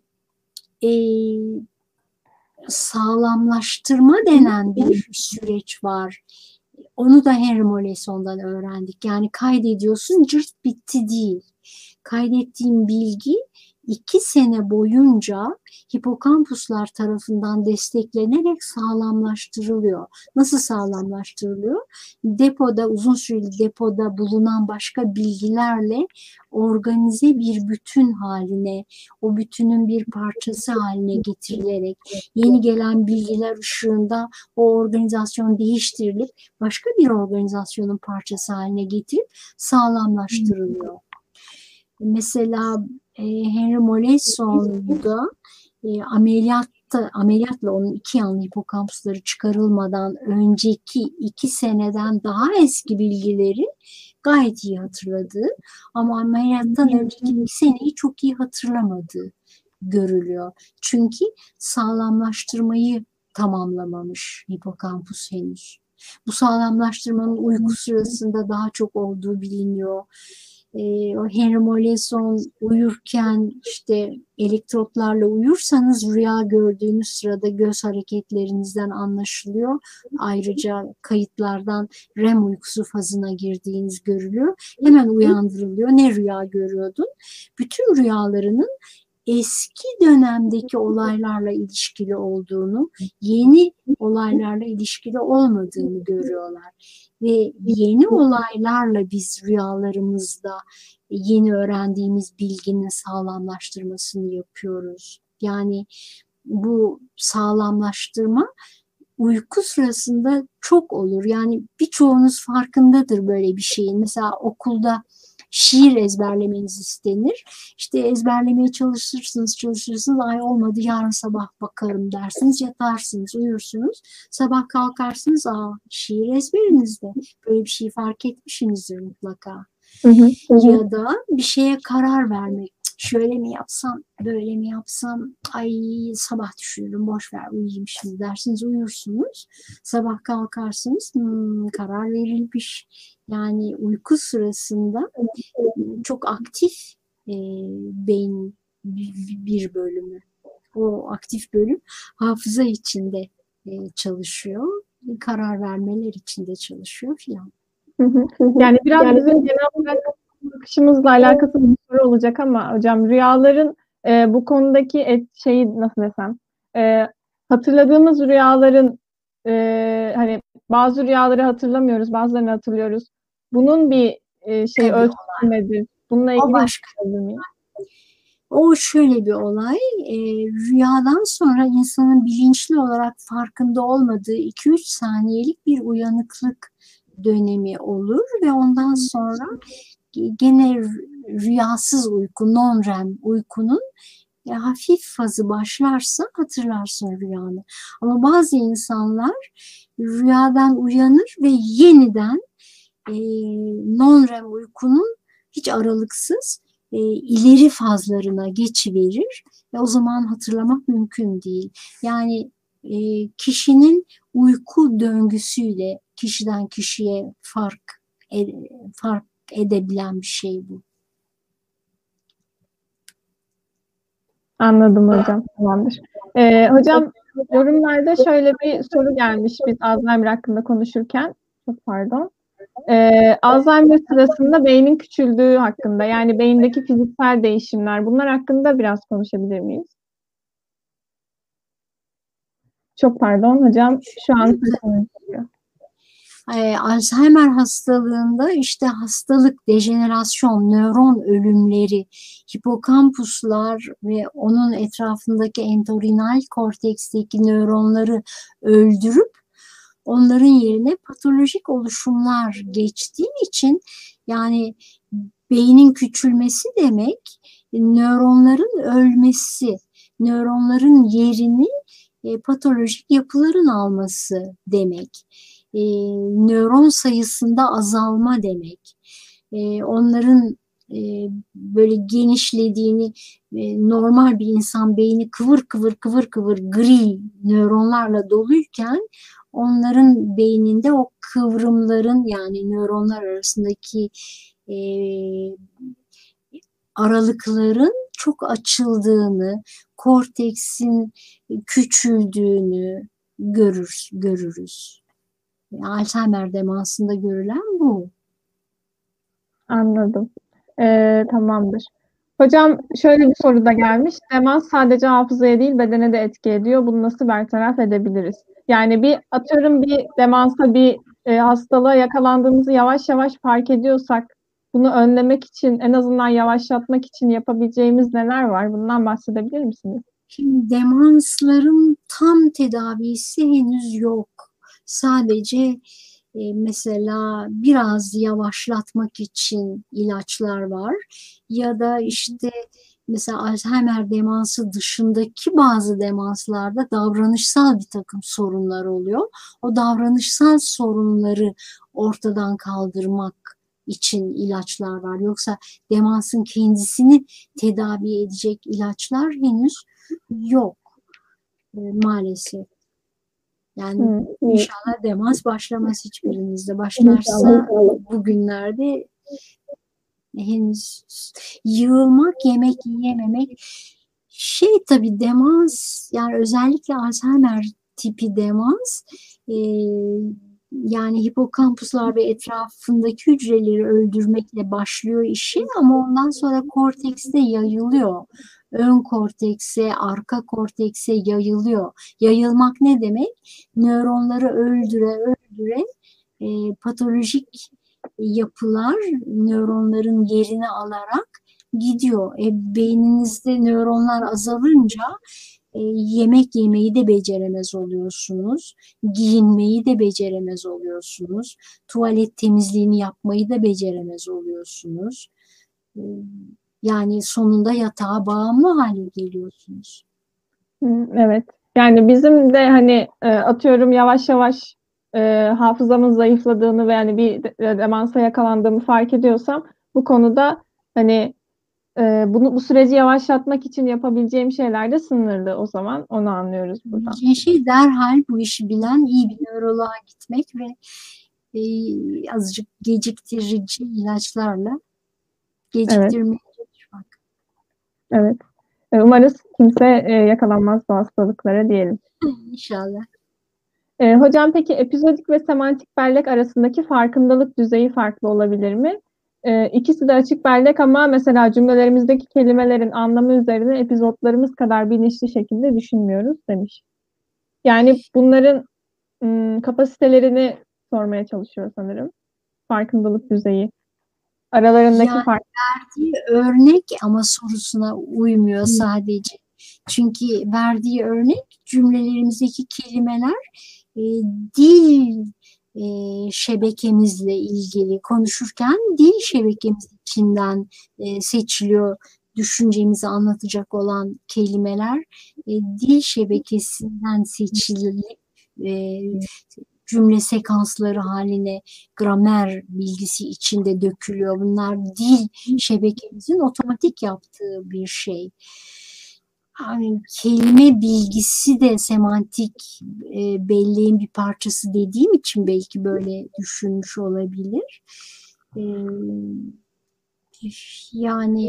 sağlamlaştırma denen bir süreç var. Onu da Henry Molaison'dan öğrendik. Yani kaydediyorsun, cırt bitti değil. Kaydettiğim bilgi 2 sene boyunca hipokampuslar tarafından desteklenerek sağlamlaştırılıyor. Nasıl sağlamlaştırılıyor? Depoda, uzun süreli depoda bulunan başka bilgilerle organize bir bütün haline, o bütünün bir parçası haline getirilerek, yeni gelen bilgiler ışığında o organizasyon değiştirilip başka bir organizasyonun parçası haline getirip sağlamlaştırılıyor. Mesela Henry Molaison'da ameliyatla onun 2 yanlı hipokampusları çıkarılmadan önceki 2 seneden daha eski bilgileri gayet iyi hatırladı. Ama ameliyattan önceki 2 seneyi çok iyi hatırlamadığı görülüyor. Çünkü sağlamlaştırmayı tamamlamamış hipokampus henüz. Bu sağlamlaştırmanın uyku sırasında daha çok olduğu biliniyor. Henry Molaison uyurken işte elektrotlarla uyursanız rüya gördüğünüz sırada göz hareketlerinizden anlaşılıyor. Ayrıca kayıtlardan REM uykusu fazına girdiğiniz görülüyor. Hemen uyandırılıyor. Ne rüya görüyordun? Bütün rüyalarının eski dönemdeki olaylarla ilişkili olduğunu, yeni olaylarla ilişkili olmadığını görüyorlar. Ve yeni olaylarla biz rüyalarımızda yeni öğrendiğimiz bilginin sağlamlaştırmasını yapıyoruz. Yani bu sağlamlaştırma uyku sırasında çok olur. Yani birçoğunuz farkındadır böyle bir şeyin. Mesela okulda şiir ezberlemeniz istenir. İşte ezberlemeye çalışırsınız, ay olmadı yarın sabah bakarım dersiniz, yatarsınız, uyursunuz. Sabah kalkarsınız, şiir ezberinizde. Böyle bir şey fark etmişsinizdir mutlaka. Ya da bir şeye karar vermek. Şöyle mi yapsam, böyle mi yapsam, ay sabah düşünürüm, boş ver uyuyayım şimdi dersiniz, uyursunuz. Sabah kalkarsınız, karar verilmiş. Yani uyku sırasında çok aktif beyin bir bölümü. O aktif bölüm hafıza içinde çalışıyor, karar vermeler içinde çalışıyor filan. Yani biraz bizim genel olarak bakışımızla alakası bir soru olacak ama hocam rüyaların bu konudaki şeyi nasıl desem hatırladığımız rüyaların hani bazı rüyaları hatırlamıyoruz, bazılarını hatırlıyoruz. Bunun bir ölçüsü nedir? Bununla ilgili başka. O şöyle bir olay, rüyadan sonra insanın bilinçli olarak farkında olmadığı 2-3 saniyelik bir uyanıklık dönemi olur ve ondan sonra gene rüyasız uyku, non-REM uykunun hafif fazı başlarsa hatırlarsın rüyanı. Ama bazı insanlar rüyadan uyanır ve yeniden non-REM uykunun hiç aralıksız ileri fazlarına geçiverir ve o zaman hatırlamak mümkün değil. Yani kişinin uyku döngüsüyle kişiden kişiye fark edebilen bir şey bu. Anladım hocam. Tamamdır. Hocam yorumlarda şöyle bir soru gelmiş biz Alzheimer hakkında konuşurken. Çok pardon. Alzheimer sırasında beynin küçüldüğü hakkında, yani beyindeki fiziksel değişimler, bunlar hakkında biraz konuşabilir miyiz? Çok pardon hocam, şu an konuşuyor. Alzheimer hastalığında işte hastalık, dejenerasyon, nöron ölümleri, hipokampuslar ve onun etrafındaki entorhinal korteksteki nöronları öldürüp onların yerine patolojik oluşumlar geçtiği için, yani beynin küçülmesi demek nöronların ölmesi, nöronların yerini patolojik yapıların alması demek. Nöron sayısında azalma demek. Onların böyle genişlediğini, normal bir insan beyni kıvır kıvır gri nöronlarla doluyken onların beyninde o kıvrımların, yani nöronlar arasındaki aralıkların çok açıldığını, korteksin küçüldüğünü görürüz. Alzheimer demansında görülen bu. Anladım. Tamamdır. Hocam şöyle bir soru da gelmiş. Demans sadece hafızaya değil bedene de etki ediyor. Bunu nasıl bertaraf edebiliriz? Yani bir atıyorum bir demansa bir hastalığa yakalandığımızı yavaş yavaş fark ediyorsak bunu önlemek için en azından yavaşlatmak için yapabileceğimiz neler var? Bundan bahsedebilir misiniz? Şimdi demansların tam tedavisi henüz yok. Sadece mesela biraz yavaşlatmak için ilaçlar var. Ya da işte mesela Alzheimer demansı dışındaki bazı demanslarda davranışsal bir takım sorunlar oluyor. O davranışsal sorunları ortadan kaldırmak için ilaçlar var. Yoksa demansın kendisini tedavi edecek ilaçlar henüz yok maalesef. Yani inşallah demans başlamaz hiçbirinizde. Başlarsa bugünlerde henüz yığılmak, yemek yiyememek. Tabii demans, yani özellikle Alzheimer tipi demans, yani hipokampuslar ve etrafındaki hücreleri öldürmekle başlıyor işi, ama ondan sonra kortekste yayılıyor. Ön kortekse, arka kortekse yayılıyor. Yayılmak ne demek? Nöronları öldüre patolojik yapılar nöronların yerini alarak gidiyor. Beyninizde nöronlar azalınca yemek yemeyi de beceremez oluyorsunuz. Giyinmeyi de beceremez oluyorsunuz. Tuvalet temizliğini yapmayı da beceremez oluyorsunuz. Yani sonunda yatağa bağımlı hale geliyorsunuz. Evet. Yani bizim de hani atıyorum yavaş yavaş hafızamın zayıfladığını ve yani bir demansa yakalandığımı fark ediyorsam bu konuda hani bu süreci yavaşlatmak için yapabileceğim şeyler de sınırlı o zaman. Onu anlıyoruz buradan. Derhal bu işi bilen iyi bir nöroloğa gitmek ve azıcık geciktirici ilaçlarla geciktirmeye çalışmak. Evet. Umarız kimse yakalanmaz bu hastalıklara diyelim. İnşallah. Hocam peki epizodik ve semantik bellek arasındaki farkındalık düzeyi farklı olabilir mi? İkisi de açık bellek ama mesela cümlelerimizdeki kelimelerin anlamı üzerine epizotlarımız kadar bilinçli şekilde düşünmüyoruz demiş. Yani bunların kapasitelerini sormaya çalışıyor sanırım. Farkındalık düzeyi. Aralarındaki fark. Verdiği örnek ama sorusuna uymuyor sadece. Çünkü verdiği örnek cümlelerimizdeki kelimeler dil şebekemizle ilgili, konuşurken dil şebekemiz içinden seçiliyor. Düşüncemizi anlatacak olan kelimeler dil şebekesinden seçilip cümle sekansları haline gramer bilgisi içinde dökülüyor. Bunlar dil şebekemizin otomatik yaptığı bir şey. Yani kelime bilgisi de semantik belleğin bir parçası dediğim için belki böyle düşünmüş olabilir. Yani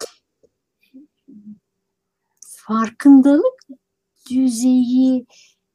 farkındalık düzeyi,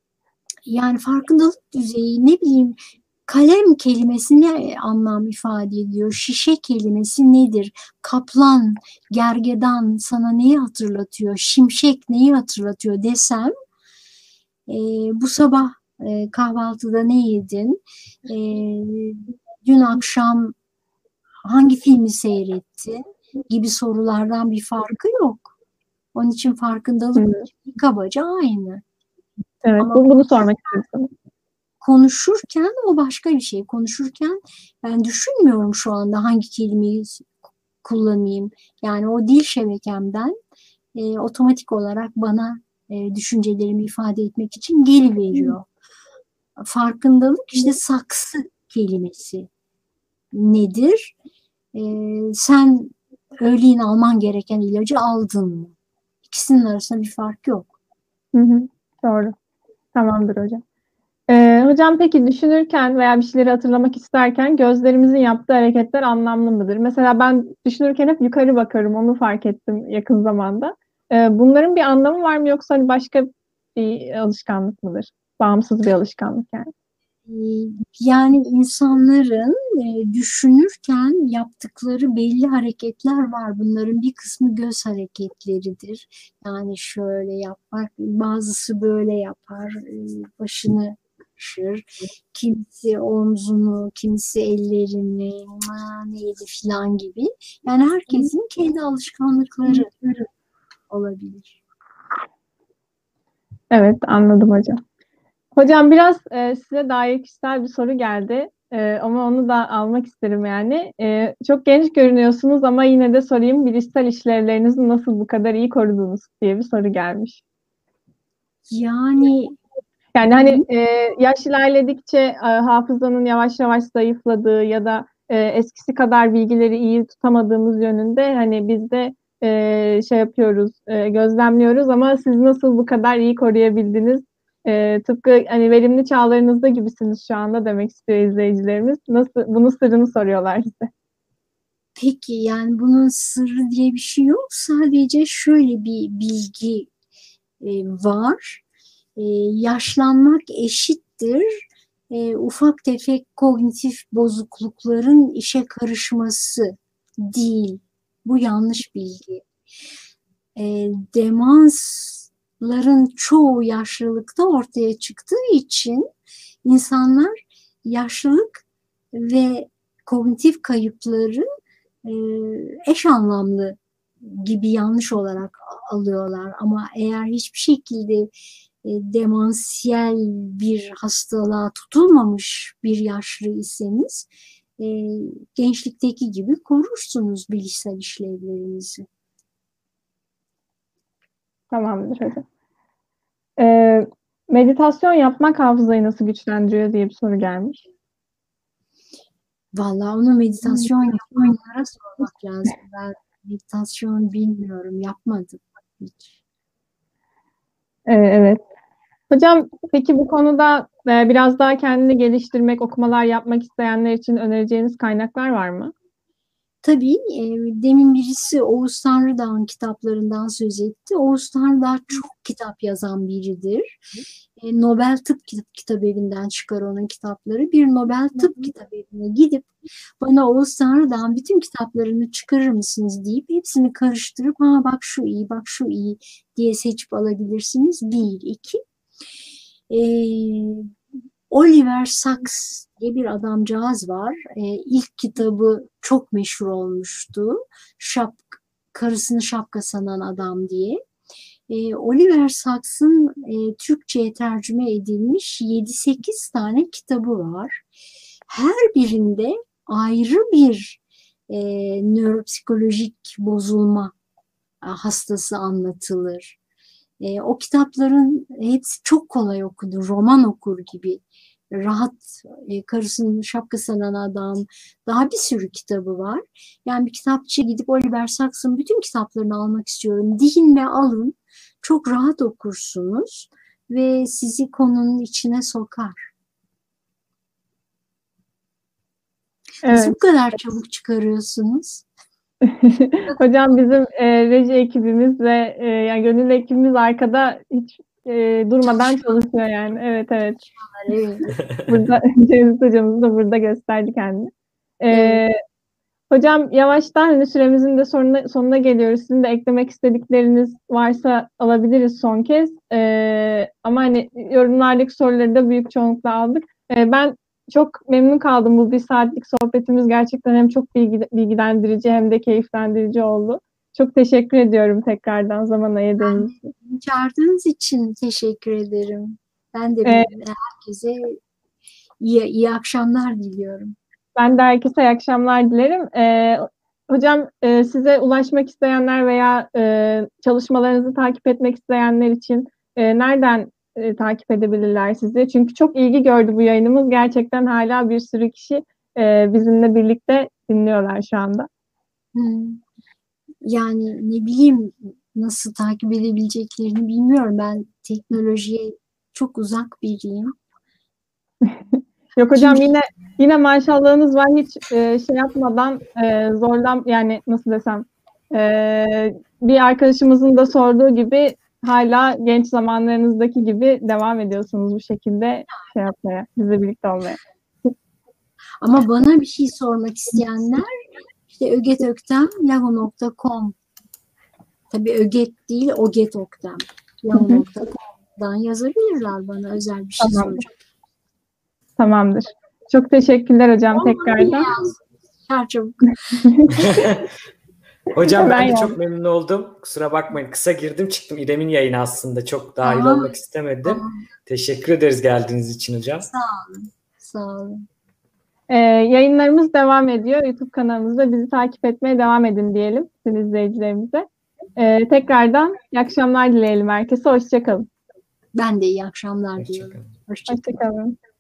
ne bileyim, kalem kelimesi ne anlam ifade ediyor? Şişe kelimesi nedir? Kaplan, gergedan sana neyi hatırlatıyor? Şimşek neyi hatırlatıyor desem, bu sabah kahvaltıda ne yedin? Dün akşam hangi filmi seyrettin? Gibi sorulardan bir farkı yok. Onun için farkındalık kabaca aynı. Evet, bunu sormak istedim. Konuşurken o başka bir şey. Konuşurken ben düşünmüyorum şu anda hangi kelimeyi kullanayım. Yani o dil şebekemden otomatik olarak bana düşüncelerimi ifade etmek için geliveriyor. Farkındalık işte saksı kelimesi nedir? Sen öğleyin alman gereken ilacı aldın mı? İkisinin arasında bir fark yok. Hı hı, doğru. Tamamdır hocam. Hocam peki düşünürken veya bir şeyleri hatırlamak isterken gözlerimizin yaptığı hareketler anlamlı mıdır? Mesela ben düşünürken hep yukarı bakarım, onu fark ettim yakın zamanda. Bunların bir anlamı var mı yoksa hani başka bir alışkanlık mıdır? Bağımsız bir alışkanlık yani. Yani insanların düşünürken yaptıkları belli hareketler var. Bunların bir kısmı göz hareketleridir. Yani şöyle yapar, bazısı böyle yapar, başını kaşır, kimisi omzunu, kimisi ellerini, neydi filan gibi. Yani herkesin kendi alışkanlıkları olabilir. Evet, anladım hocam. Hocam biraz size dair kişisel bir soru geldi. Ama onu da almak isterim yani. Çok genç görünüyorsunuz ama yine de sorayım, bilişsel işlevlerinizi nasıl bu kadar iyi korudunuz diye bir soru gelmiş. Yani Yani hani yaş ilerledikçe hafızanın yavaş yavaş zayıfladığı ya da eskisi kadar bilgileri iyi tutamadığımız yönünde hani biz de şey yapıyoruz, gözlemliyoruz ama siz nasıl bu kadar iyi koruyabildiniz? Tıpkı hani verimli çağlarınızda gibisiniz şu anda demek istiyor izleyicilerimiz. Nasıl, bunun sırrını soruyorlar size. peki yani bunun sırrı diye bir şey yok. Sadece şöyle bir bilgi var. Yaşlanmak eşittir ufak tefek kognitif bozuklukların işe karışması değil. Bu yanlış bilgi. Demansların çoğu yaşlılıkta ortaya çıktığı için insanlar yaşlılık ve kognitif kayıpları eş anlamlı gibi yanlış olarak alıyorlar. Ama eğer hiçbir şekilde demansiyel bir hastalığa tutulmamış bir yaşlı iseniz gençlikteki gibi korursunuz bilişsel işlevlerinizi. Tamamdır hocam. Meditasyon yapmak hafızayı nasıl güçlendiriyor diye bir soru gelmiş. Vallahi onu meditasyon yapanlara sormak lazım. Ben meditasyon bilmiyorum, yapmadım hiç. Evet. Hocam peki bu konuda biraz daha kendini geliştirmek, okumalar yapmak isteyenler için önereceğiniz kaynaklar var mı? Tabii demin birisi Oğuz Tanrıdağ'ın kitaplarından söz etti. Oğuz Tanrıdağ çok kitap yazan biridir. Nobel Tıp Kitabevi'nden çıkar onun kitapları. Bir Nobel Tıp Kitabevi'ne gidip bana Oğuz Tanrıdağ'ın bütün kitaplarını çıkarır mısınız deyip hepsini karıştırıp ha bak şu iyi, bak şu iyi diye seçip alabilirsiniz. Bir, iki. Oliver Sacks diye bir adamcağız var. İlk kitabı çok meşhur olmuştu. Karısını şapka sanan adam diye. Oliver Sacks'ın Türkçe'ye tercüme edilmiş 7-8 tane kitabı var. Her birinde ayrı bir nöropsikolojik bozulma hastası anlatılır. O kitapların hepsi çok kolay okunur, roman okur gibi. Rahat, karısının şapka sanan adam, daha bir sürü kitabı var. Yani bir kitapçıya gidip Oliver Sacks'ın bütün kitaplarını almak istiyorum deyin ve alın. Çok rahat okursunuz ve sizi konunun içine sokar. Evet. Siz bu kadar çabuk çıkarıyorsunuz. Hocam bizim reji ekibimiz ve yani gönüllü ekibimiz arkada hiç durmadan çalışıyor yani. Evet. Evet. Burada Cengiz hocamız da burada gösterdi kendini. Evet. Hocam yavaştan hani süremizin de sonuna geliyoruz. Sizin de eklemek istedikleriniz varsa alabiliriz son kez. Ama hani yorumlardaki soruları da büyük çoğunlukla aldık. Ben çok memnun kaldım. Bu bir saatlik sohbetimiz gerçekten hem çok bilgilendirici hem de keyiflendirici oldu. Çok teşekkür ediyorum tekrardan zaman ayırdığınız için. Çağırdığınız için teşekkür ederim. Ben de herkese iyi akşamlar diliyorum. Ben de herkese iyi akşamlar dilerim. Hocam size ulaşmak isteyenler veya çalışmalarınızı takip etmek isteyenler için nereden takip edebilirler sizi? Çünkü çok ilgi gördü bu yayınımız. Gerçekten hala bir sürü kişi bizimle birlikte dinliyorlar şu anda. Yani ne bileyim nasıl takip edebileceklerini bilmiyorum. Ben teknolojiye çok uzak biriyim. Yok hocam, yine maşallahınız var, hiç şey yapmadan zorlan, yani nasıl desem, bir arkadaşımızın da sorduğu gibi hala genç zamanlarınızdaki gibi devam ediyorsunuz bu şekilde şey yapmaya, bizle birlikte olmaya. Ama bana bir şey sormak isteyenler işte ögetöktem@yahoo.com, tabii öget değil, oget oktem yahoo.com'dan yazabilirler, bana özel bir şey soracak. Tamamdır. Çok teşekkürler hocam tekrardan. Çabuk. Hocam ben de Ben çok memnun oldum. Kusura bakmayın. Kısa girdim çıktım. İrem'in yayını aslında. Çok dahil olmak istemedim. Teşekkür ederiz geldiğiniz için hocam. Sağ olun. Sağ olun. Yayınlarımız devam ediyor. YouTube kanalımızda bizi takip etmeye devam edin diyelim sizin izleyicilerimize. Tekrardan iyi akşamlar dileyelim herkese. Hoşça kalın. Ben de iyi akşamlar diyorum. Hoşça kalın. Hoşça kalın.